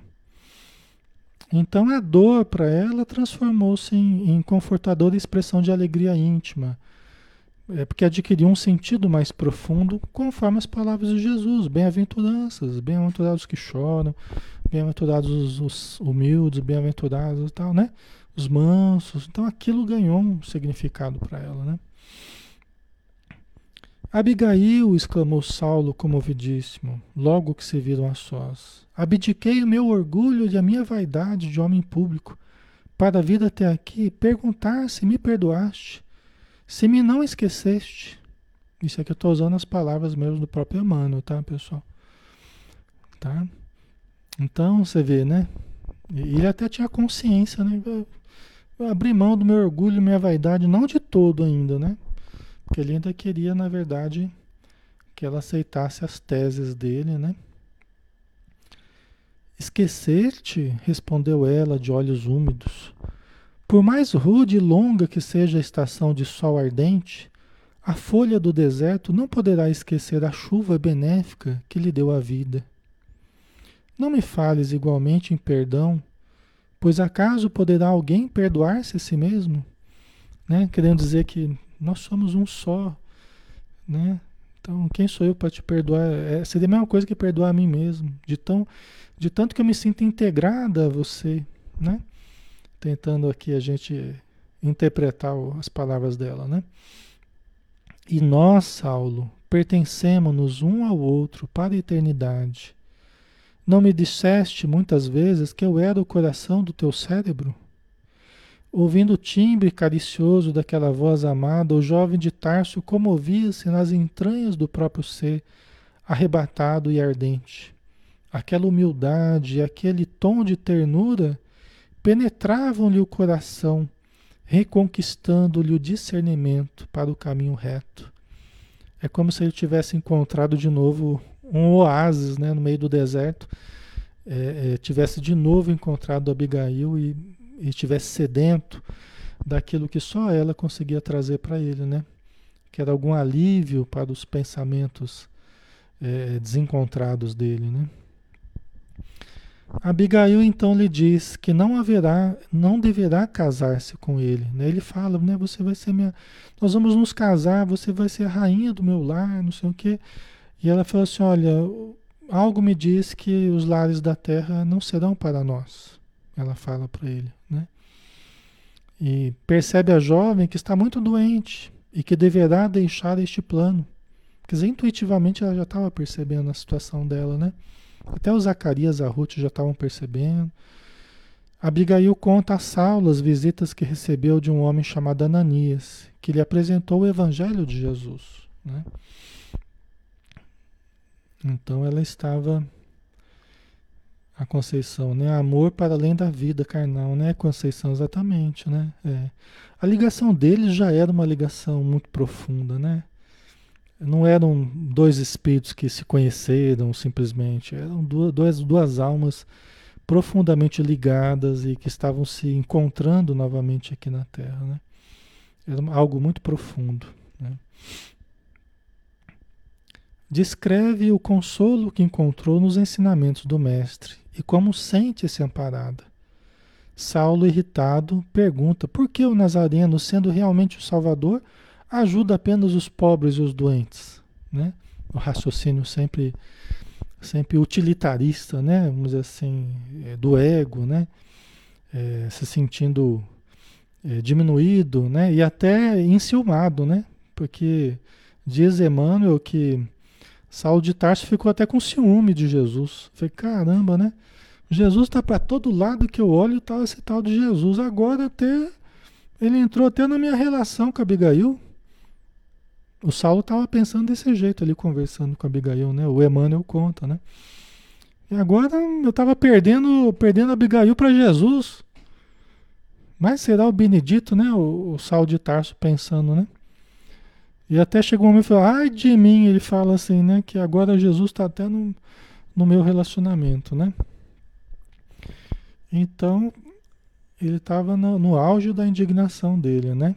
Então a dor para ela transformou-se em, em confortadora expressão de alegria íntima. É porque adquiriu um sentido mais profundo conforme as palavras de Jesus. Bem-aventuranças, bem-aventurados que choram, bem-aventurados os, os humildes, bem-aventurados e tal, né? Os mansos. Então aquilo ganhou um significado para ela, né? Abigail, exclamou Saulo comovidíssimo, logo que se viram a sós. Abdiquei o meu orgulho e a minha vaidade de homem público para vir até aqui perguntar se me perdoaste, se me não esqueceste. Isso aqui eu estou usando as palavras mesmo do próprio Emmanuel, tá, pessoal? Tá? Então, você vê, né? E ele até tinha consciência, né? Eu abri mão do meu orgulho e minha vaidade, não de todo ainda, né? Porque ele ainda queria, na verdade, que ela aceitasse as teses dele, né? Esquecer-te, respondeu ela de olhos úmidos. Por mais rude e longa que seja a estação de sol ardente, A folha do deserto não poderá esquecer a chuva benéfica que lhe deu a vida. Não me fales igualmente em perdão, pois acaso poderá alguém perdoar-se a si mesmo? Né? Querendo dizer que nós somos um só, né? Então, quem sou eu para te perdoar? É, seria a mesma coisa que perdoar a mim mesmo, de, tão, de tanto que eu me sinto integrada a você, né? Tentando aqui a gente interpretar o- as palavras dela, né? E nós, Saulo, pertencemos-nos um ao outro para a eternidade. Não me disseste muitas vezes que eu era o coração do teu cérebro? Ouvindo o timbre caricioso daquela voz amada, o jovem de Tarso comovia-se nas entranhas do próprio ser, arrebatado e ardente. Aquela humildade e aquele tom de ternura penetravam-lhe o coração, reconquistando-lhe o discernimento para o caminho reto. É como se ele tivesse encontrado de novo um oásis, né, no meio do deserto, é, é, tivesse de novo encontrado Abigail e, e tivesse sedento daquilo que só ela conseguia trazer para ele, né? Que era algum alívio para os pensamentos é, desencontrados dele, né? Abigail então lhe diz que não haverá, não deverá casar-se com ele, né? Ele fala, né? Você vai ser minha, nós vamos nos casar, você vai ser a rainha do meu lar, não sei o quê. E ela fala assim, olha, algo me diz que os lares da terra não serão para nós. Ela fala para ele, né? E percebe a jovem que está muito doente e que deverá deixar este plano. Quer dizer, intuitivamente ela já estava percebendo a situação dela, né? Até o Zacarias e a Ruth já estavam percebendo. Abigail conta a Saulo as visitas que recebeu de um homem chamado Ananias, que lhe apresentou o evangelho de Jesus, né? Então ela estava, a Conceição, né? Amor para além da vida carnal, né? Conceição, exatamente, né? É. A ligação deles já era uma ligação muito profunda, né? Não eram dois espíritos que se conheceram simplesmente, eram duas, duas, duas almas profundamente ligadas e que estavam se encontrando novamente aqui na Terra, né? Era algo muito profundo, né? Descreve o consolo que encontrou nos ensinamentos do Mestre e como sente-se amparada. Saulo, irritado, pergunta por que o Nazareno, sendo realmente o Salvador, ajuda apenas os pobres e os doentes, né? O raciocínio sempre, sempre utilitarista, né? Vamos dizer assim, é, do ego, né? É, se sentindo é, diminuído, né? E até enciumado, né? Porque diz Emmanuel que Saulo de Tarso ficou até com ciúme de Jesus. Falei, caramba, né? Jesus está para todo lado que eu olho, tá esse tal de Jesus. Agora até ele entrou até na minha relação com a Abigail. O Saulo estava pensando desse jeito ali, conversando com a Abigail, né? O Emmanuel conta, né? E agora eu estava perdendo, perdendo a Abigail para Jesus. Mas será o Benedito, né? O, o Saulo de Tarso pensando, né? E até chegou um momento e falou, ai de mim, ele fala assim, né? Que agora Jesus está até no, no meu relacionamento, né? Então, ele estava no, no auge da indignação dele, né?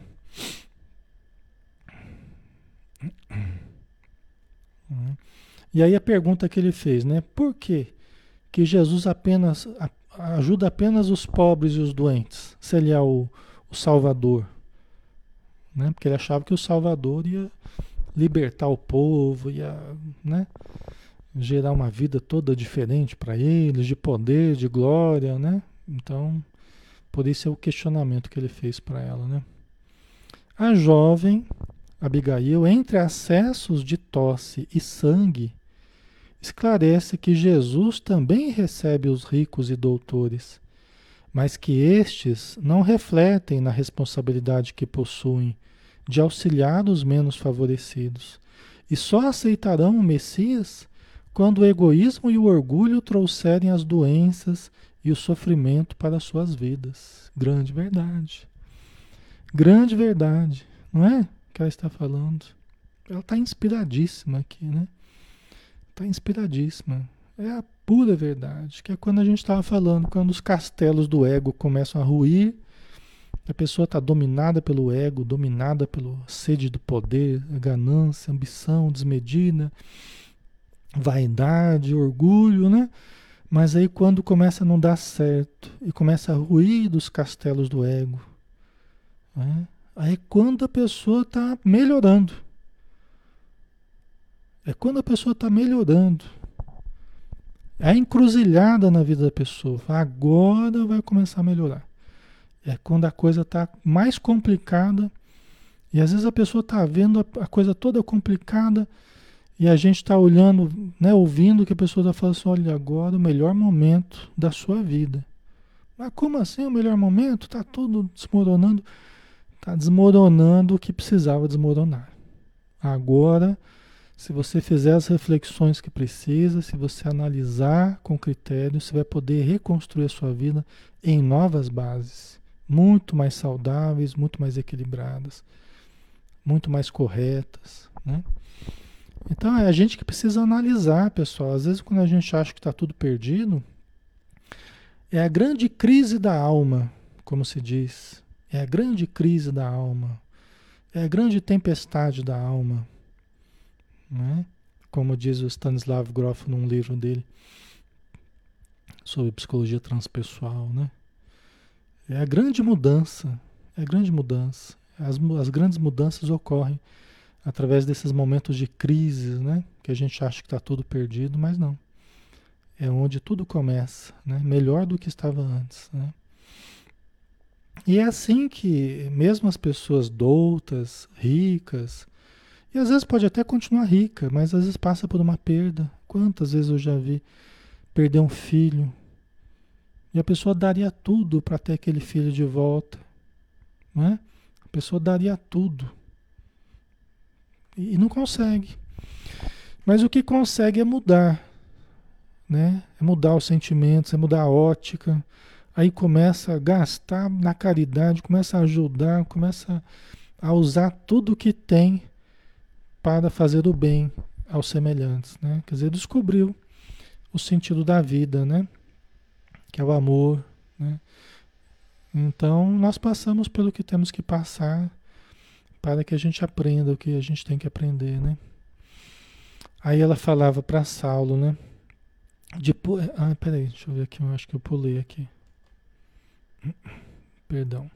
E aí a pergunta que ele fez, né? Por que que Jesus apenas a, ajuda apenas os pobres e os doentes, se ele é o, o Salvador? Né? Porque ele achava que o Salvador ia libertar o povo, ia, né, gerar uma vida toda diferente para eles, de poder, de glória, né? Então, por isso é o questionamento que ele fez para ela, né? A jovem Abigail, entre acessos de tosse e sangue, esclarece que Jesus também recebe os ricos e doutores, mas que estes não refletem na responsabilidade que possuem de auxiliar os menos favorecidos, e só aceitarão o Messias quando o egoísmo e o orgulho trouxerem as doenças e o sofrimento para suas vidas. Grande verdade. Grande verdade, não é? Que ela está falando. Ela está inspiradíssima aqui, né? Está inspiradíssima. É a pura verdade, que é quando a gente estava falando, quando os castelos do ego começam a ruir, A pessoa está dominada pelo ego, dominada pela sede do poder, ganância, ambição desmedida, vaidade, orgulho, né? Mas aí quando começa a não dar certo e começa a ruir dos castelos do ego, né? Aí quando a pessoa está melhorando, é quando a pessoa está melhorando, é a encruzilhada na vida da pessoa, agora vai começar a melhorar. É quando a coisa está mais complicada e às vezes a pessoa está vendo a, a coisa toda complicada e a gente está olhando, né, ouvindo que a pessoa está falando assim, olha, agora o melhor momento da sua vida. Mas como assim o melhor momento? Está tudo desmoronando. Está desmoronando o que precisava desmoronar. Agora, se você fizer as reflexões que precisa, se você analisar com critério, você vai poder reconstruir a sua vida em novas bases, muito mais saudáveis, muito mais equilibradas, muito mais corretas, né? Então é a gente que precisa analisar, pessoal. Às vezes quando a gente acha que está tudo perdido, é a grande crise da alma, como se diz. É a grande crise da alma. É a grande tempestade da alma, né? Como diz o Stanislav Grof num livro dele sobre psicologia transpessoal, né? É a grande mudança, é a grande mudança. As, as grandes mudanças ocorrem através desses momentos de crise, né? Que a gente acha que está tudo perdido, mas não. É onde tudo começa, né? Melhor do que estava antes, né? E é assim que mesmo as pessoas doutas, ricas, e às vezes pode até continuar rica, mas às vezes passa por uma perda. Quantas vezes eu já vi perder um filho e a pessoa daria tudo para ter aquele filho de volta, né? A pessoa daria tudo e não consegue. Mas o que consegue é mudar, né? É mudar os sentimentos, é mudar a ótica. Aí começa a gastar na caridade, começa a ajudar, começa a usar tudo que tem para fazer o bem aos semelhantes, né? Quer dizer, descobriu o sentido da vida, né? Que é o amor, né? Então, nós passamos pelo que temos que passar para que a gente aprenda o que a gente tem que aprender, né? Aí ela falava para Saulo, né? Depois, ah, peraí, deixa eu ver aqui, eu acho que eu pulei aqui. Perdão.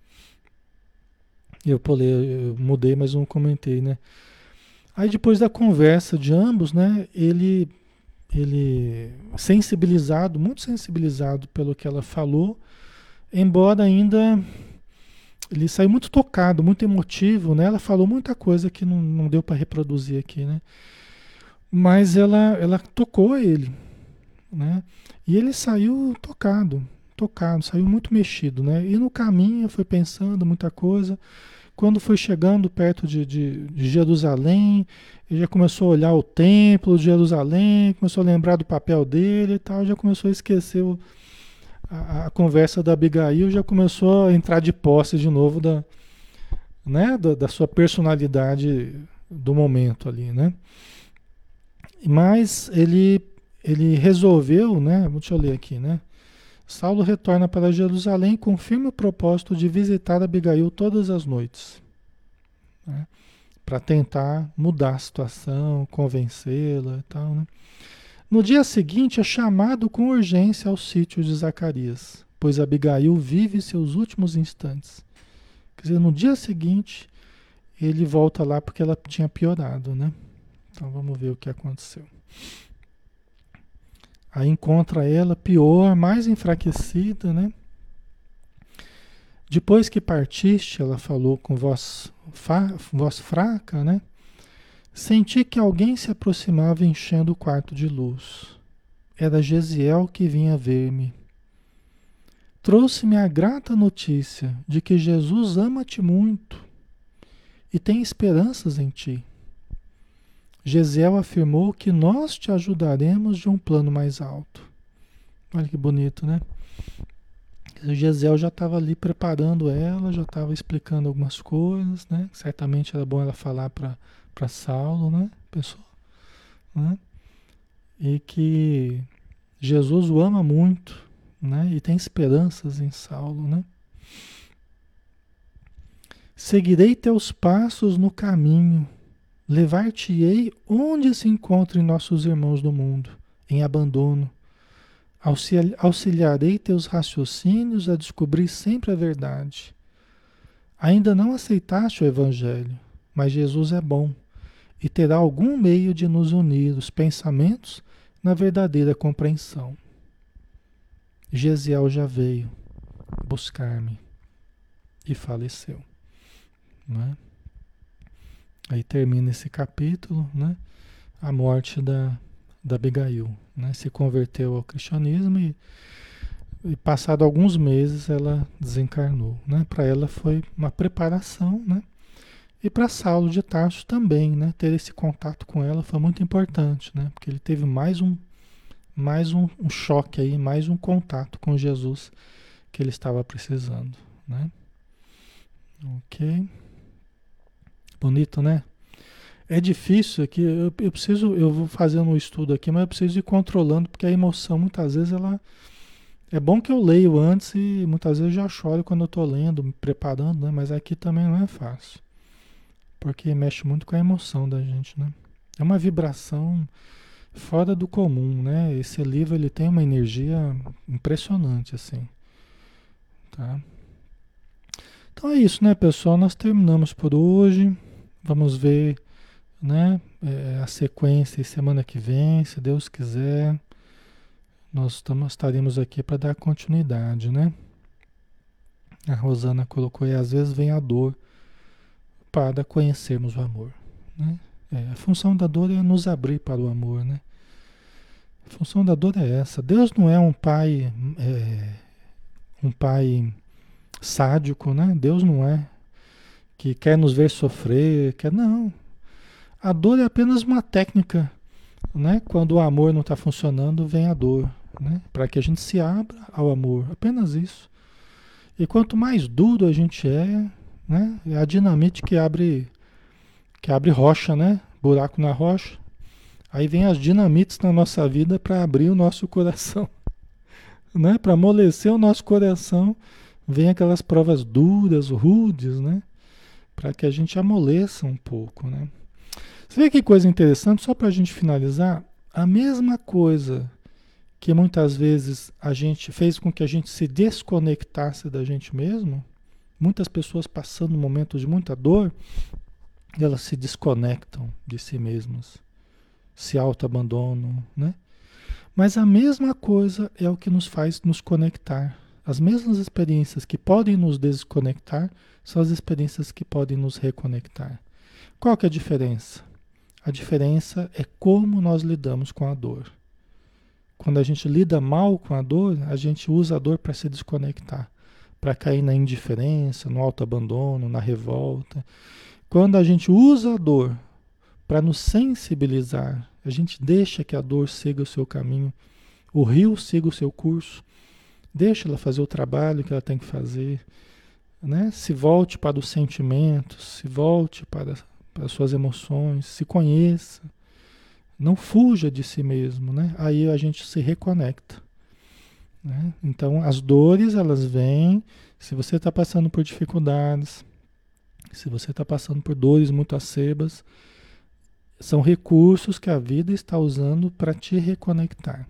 Eu pulei, eu mudei, mas não comentei, né? Aí depois da conversa de ambos, né? Ele, ele sensibilizado, muito sensibilizado pelo que ela falou, embora ainda ele saiu muito tocado, muito emotivo, né? Ela falou muita coisa que não, não deu para reproduzir aqui, né? Mas ela, ela tocou ele, né? E ele saiu tocado, tocado, saiu muito mexido, né? E no caminho foi pensando muita coisa. Quando foi chegando perto de, de, de Jerusalém, ele já começou a olhar o templo de Jerusalém, começou a lembrar do papel dele e tal, já começou a esquecer o, a, a conversa da Abigail, já começou a entrar de posse de novo da, né, da, da sua personalidade do momento ali, né? Mas ele, ele resolveu, né? Deixa eu ler aqui, né? Saulo retorna para Jerusalém com firme o propósito de visitar Abigail todas as noites, né? Para tentar mudar a situação, convencê-la e tal, né? No dia seguinte é chamado com urgência ao sítio de Zacarias, pois Abigail vive seus últimos instantes. Quer dizer, no dia seguinte ele volta lá porque ela tinha piorado, né? Então vamos ver o que aconteceu. Aí encontra ela pior, mais enfraquecida, né? Depois que partiste, ela falou com voz, fa, voz fraca, né? Senti que alguém se aproximava enchendo o quarto de luz. Era Gesiel que vinha ver-me. Trouxe-me a grata notícia de que Jesus ama-te muito e tem esperanças em ti. Gesiel afirmou que nós te ajudaremos de um plano mais alto. Olha que bonito, né? O Gesiel já estava ali preparando ela, já estava explicando algumas coisas, né? Certamente era bom ela falar para para Saulo, né? Pessoal, né? E que Jesus o ama muito, né? E tem esperanças em Saulo, né? Seguirei teus passos no caminho, levar-te-ei onde se encontrem nossos irmãos do mundo, em abandono. Auxili- Auxiliarei teus raciocínios a descobrir sempre a verdade. Ainda não aceitaste o Evangelho, mas Jesus é bom e terá algum meio de nos unir os pensamentos na verdadeira compreensão. Gesiel já veio buscar-me e faleceu. Não é? Aí termina esse capítulo, né? A morte da, da Abigail, né? Se converteu ao cristianismo e, e passado alguns meses ela desencarnou, né? Para ela foi uma preparação, né? E para Saulo de Tarso também, né? Ter esse contato com ela foi muito importante, né? Porque ele teve mais um, mais um, um choque aí, mais um contato com Jesus que ele estava precisando, né? Ok. Bonito, né? É difícil aqui, eu, eu preciso, eu vou fazendo um estudo aqui, mas eu preciso ir controlando, porque a emoção muitas vezes ela... É bom que eu leio antes e muitas vezes eu já choro quando eu estou lendo, me preparando, né? Mas aqui também não é fácil, porque mexe muito com a emoção da gente, né? É uma vibração fora do comum, né? Esse livro ele tem uma energia impressionante, assim, tá? Então é isso, né, pessoal? Nós terminamos por hoje. Vamos ver, né, é, a sequência semana que vem, se Deus quiser. Nós estamos, estaremos aqui para dar continuidade, né? A Rosana colocou aí, às vezes vem a dor para conhecermos o amor, né? É, a função da dor é nos abrir para o amor, né? A função da dor é essa. Deus não é um pai, é, um pai sádico, né? Deus não é que quer nos ver sofrer, quer não. A dor é apenas uma técnica, né? Quando o amor não está funcionando, vem a dor, né? Para que a gente se abra ao amor, apenas isso. E quanto mais duro a gente é, né? É a dinamite que abre, que abre rocha, né? Buraco na rocha. Aí vem as dinamites na nossa vida para abrir o nosso coração, né? Para amolecer o nosso coração, vem aquelas provas duras, rudes, né? Para que a gente amoleça um pouco, né? Você vê que coisa interessante, só para a gente finalizar, a mesma coisa que muitas vezes a gente fez com que a gente se desconectasse da gente mesmo, muitas pessoas passando momentos de muita dor, elas se desconectam de si mesmas, se auto-abandonam, né? Mas a mesma coisa é o que nos faz nos conectar. As mesmas experiências que podem nos desconectar são as experiências que podem nos reconectar. Qual que é a diferença? A diferença é como nós lidamos com a dor. Quando a gente lida mal com a dor, a gente usa a dor para se desconectar, para cair na indiferença, no autoabandono, na revolta. Quando a gente usa a dor para nos sensibilizar, a gente deixa que a dor siga o seu caminho, o rio siga o seu curso, deixa ela fazer o trabalho que ela tem que fazer, né? Se volte para os sentimentos, se volte para, para as suas emoções, se conheça, não fuja de si mesmo, né? Aí a gente se reconecta, né? Então as dores elas vêm, se você está passando por dificuldades, se você está passando por dores muito acerbas, são recursos que a vida está usando para te reconectar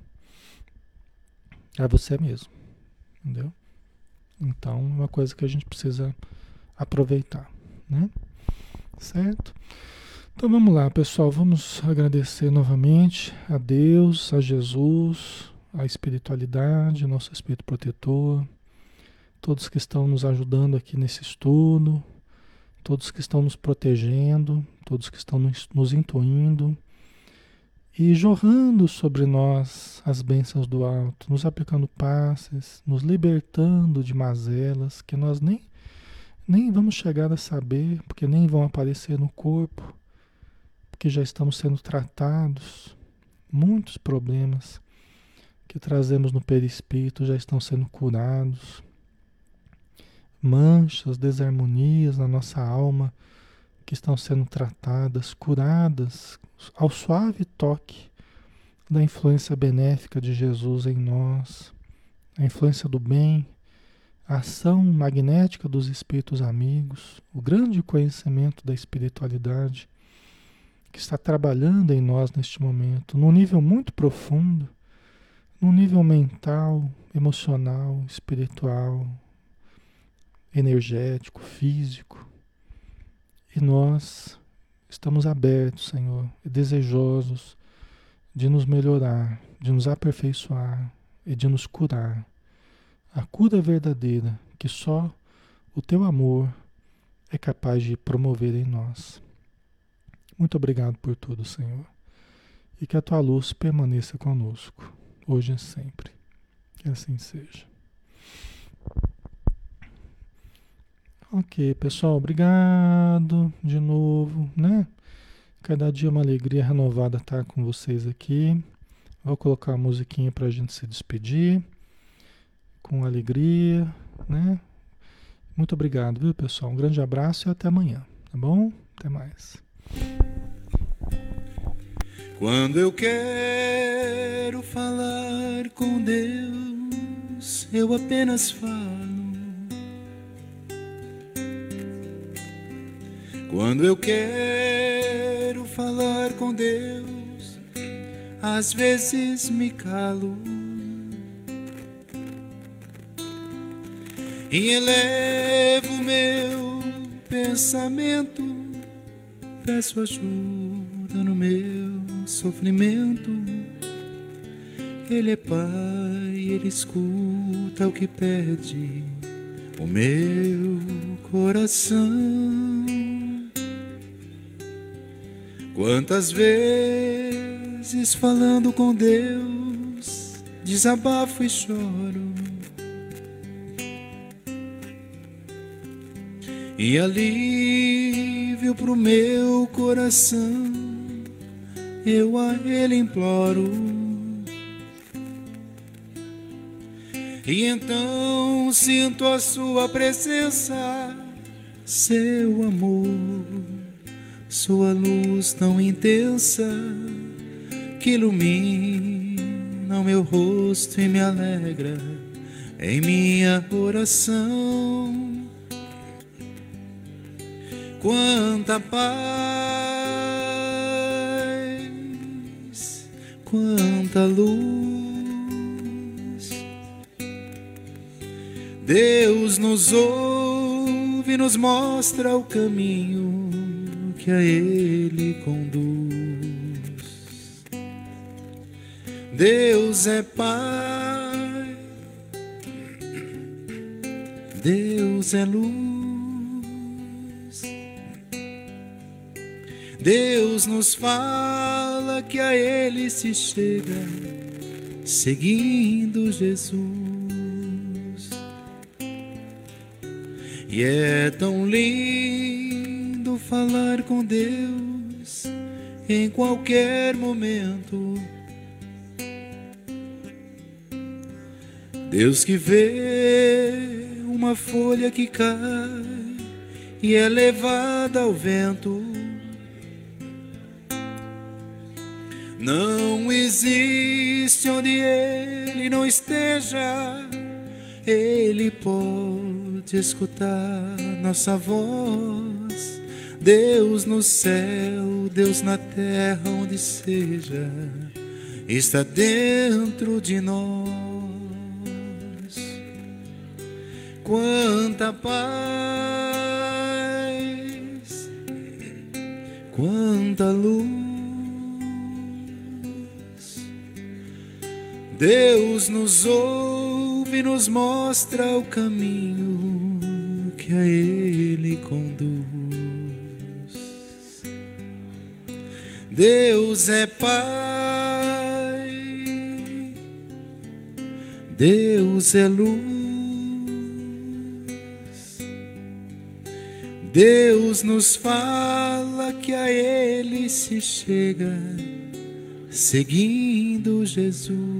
a você mesmo, entendeu? Então, é uma coisa que a gente precisa aproveitar, né? Certo? Então vamos lá, pessoal, vamos agradecer novamente a Deus, a Jesus, a espiritualidade, nosso espírito protetor, todos que estão nos ajudando aqui nesse estudo, todos que estão nos protegendo, todos que estão nos, nos intuindo e jorrando sobre nós as bênçãos do alto, nos aplicando passes, nos libertando de mazelas que nós nem, nem vamos chegar a saber, porque nem vão aparecer no corpo, porque já estamos sendo tratados. Muitos problemas que trazemos no perispírito já estão sendo curados. Manchas, desarmonias na nossa alma que estão sendo tratadas, curadas ao suave toque da influência benéfica de Jesus em nós, a influência do bem, a ação magnética dos espíritos amigos, o grande conhecimento da espiritualidade que está trabalhando em nós neste momento, num nível muito profundo, num nível mental, emocional, espiritual, energético, físico. E nós estamos abertos, Senhor, e desejosos de nos melhorar, de nos aperfeiçoar e de nos curar. A cura verdadeira que só o Teu amor é capaz de promover em nós. Muito obrigado por tudo, Senhor. E que a Tua luz permaneça conosco, hoje e sempre. Que assim seja. Ok, pessoal, obrigado de novo, né? Cada dia uma alegria renovada estar com vocês aqui. Vou colocar a musiquinha para a gente se despedir com alegria, né? Muito obrigado, viu, pessoal? Um grande abraço e até amanhã, tá bom? Até mais. Quando eu quero falar com Deus, eu apenas falo. Quando eu quero falar com Deus, às vezes me calo e elevo meu pensamento, peço ajuda no meu sofrimento. Ele é Pai, Ele escuta o que pede o meu coração. Quantas vezes falando com Deus, desabafo e choro, e alívio pro meu coração eu a Ele imploro. E então sinto a Sua presença, Seu amor, Sua luz tão intensa que ilumina o meu rosto e me alegra em minha oração. Quanta paz, quanta luz, Deus nos ouve e nos mostra o caminho que a Ele conduz. Deus é Pai, Deus é luz, Deus nos fala que a Ele se chega seguindo Jesus. E é tão lindo falar com Deus em qualquer momento. Deus que vê uma folha que cai e é levada ao vento. Não existe onde Ele não esteja, Ele pode escutar nossa voz. Deus no céu, Deus na terra, onde seja, está dentro de nós. Quanta paz, quanta luz, Deus nos ouve e nos mostra o caminho que a Ele conduz. Deus é Pai, Deus é luz, Deus nos fala que a Ele se chega seguindo Jesus.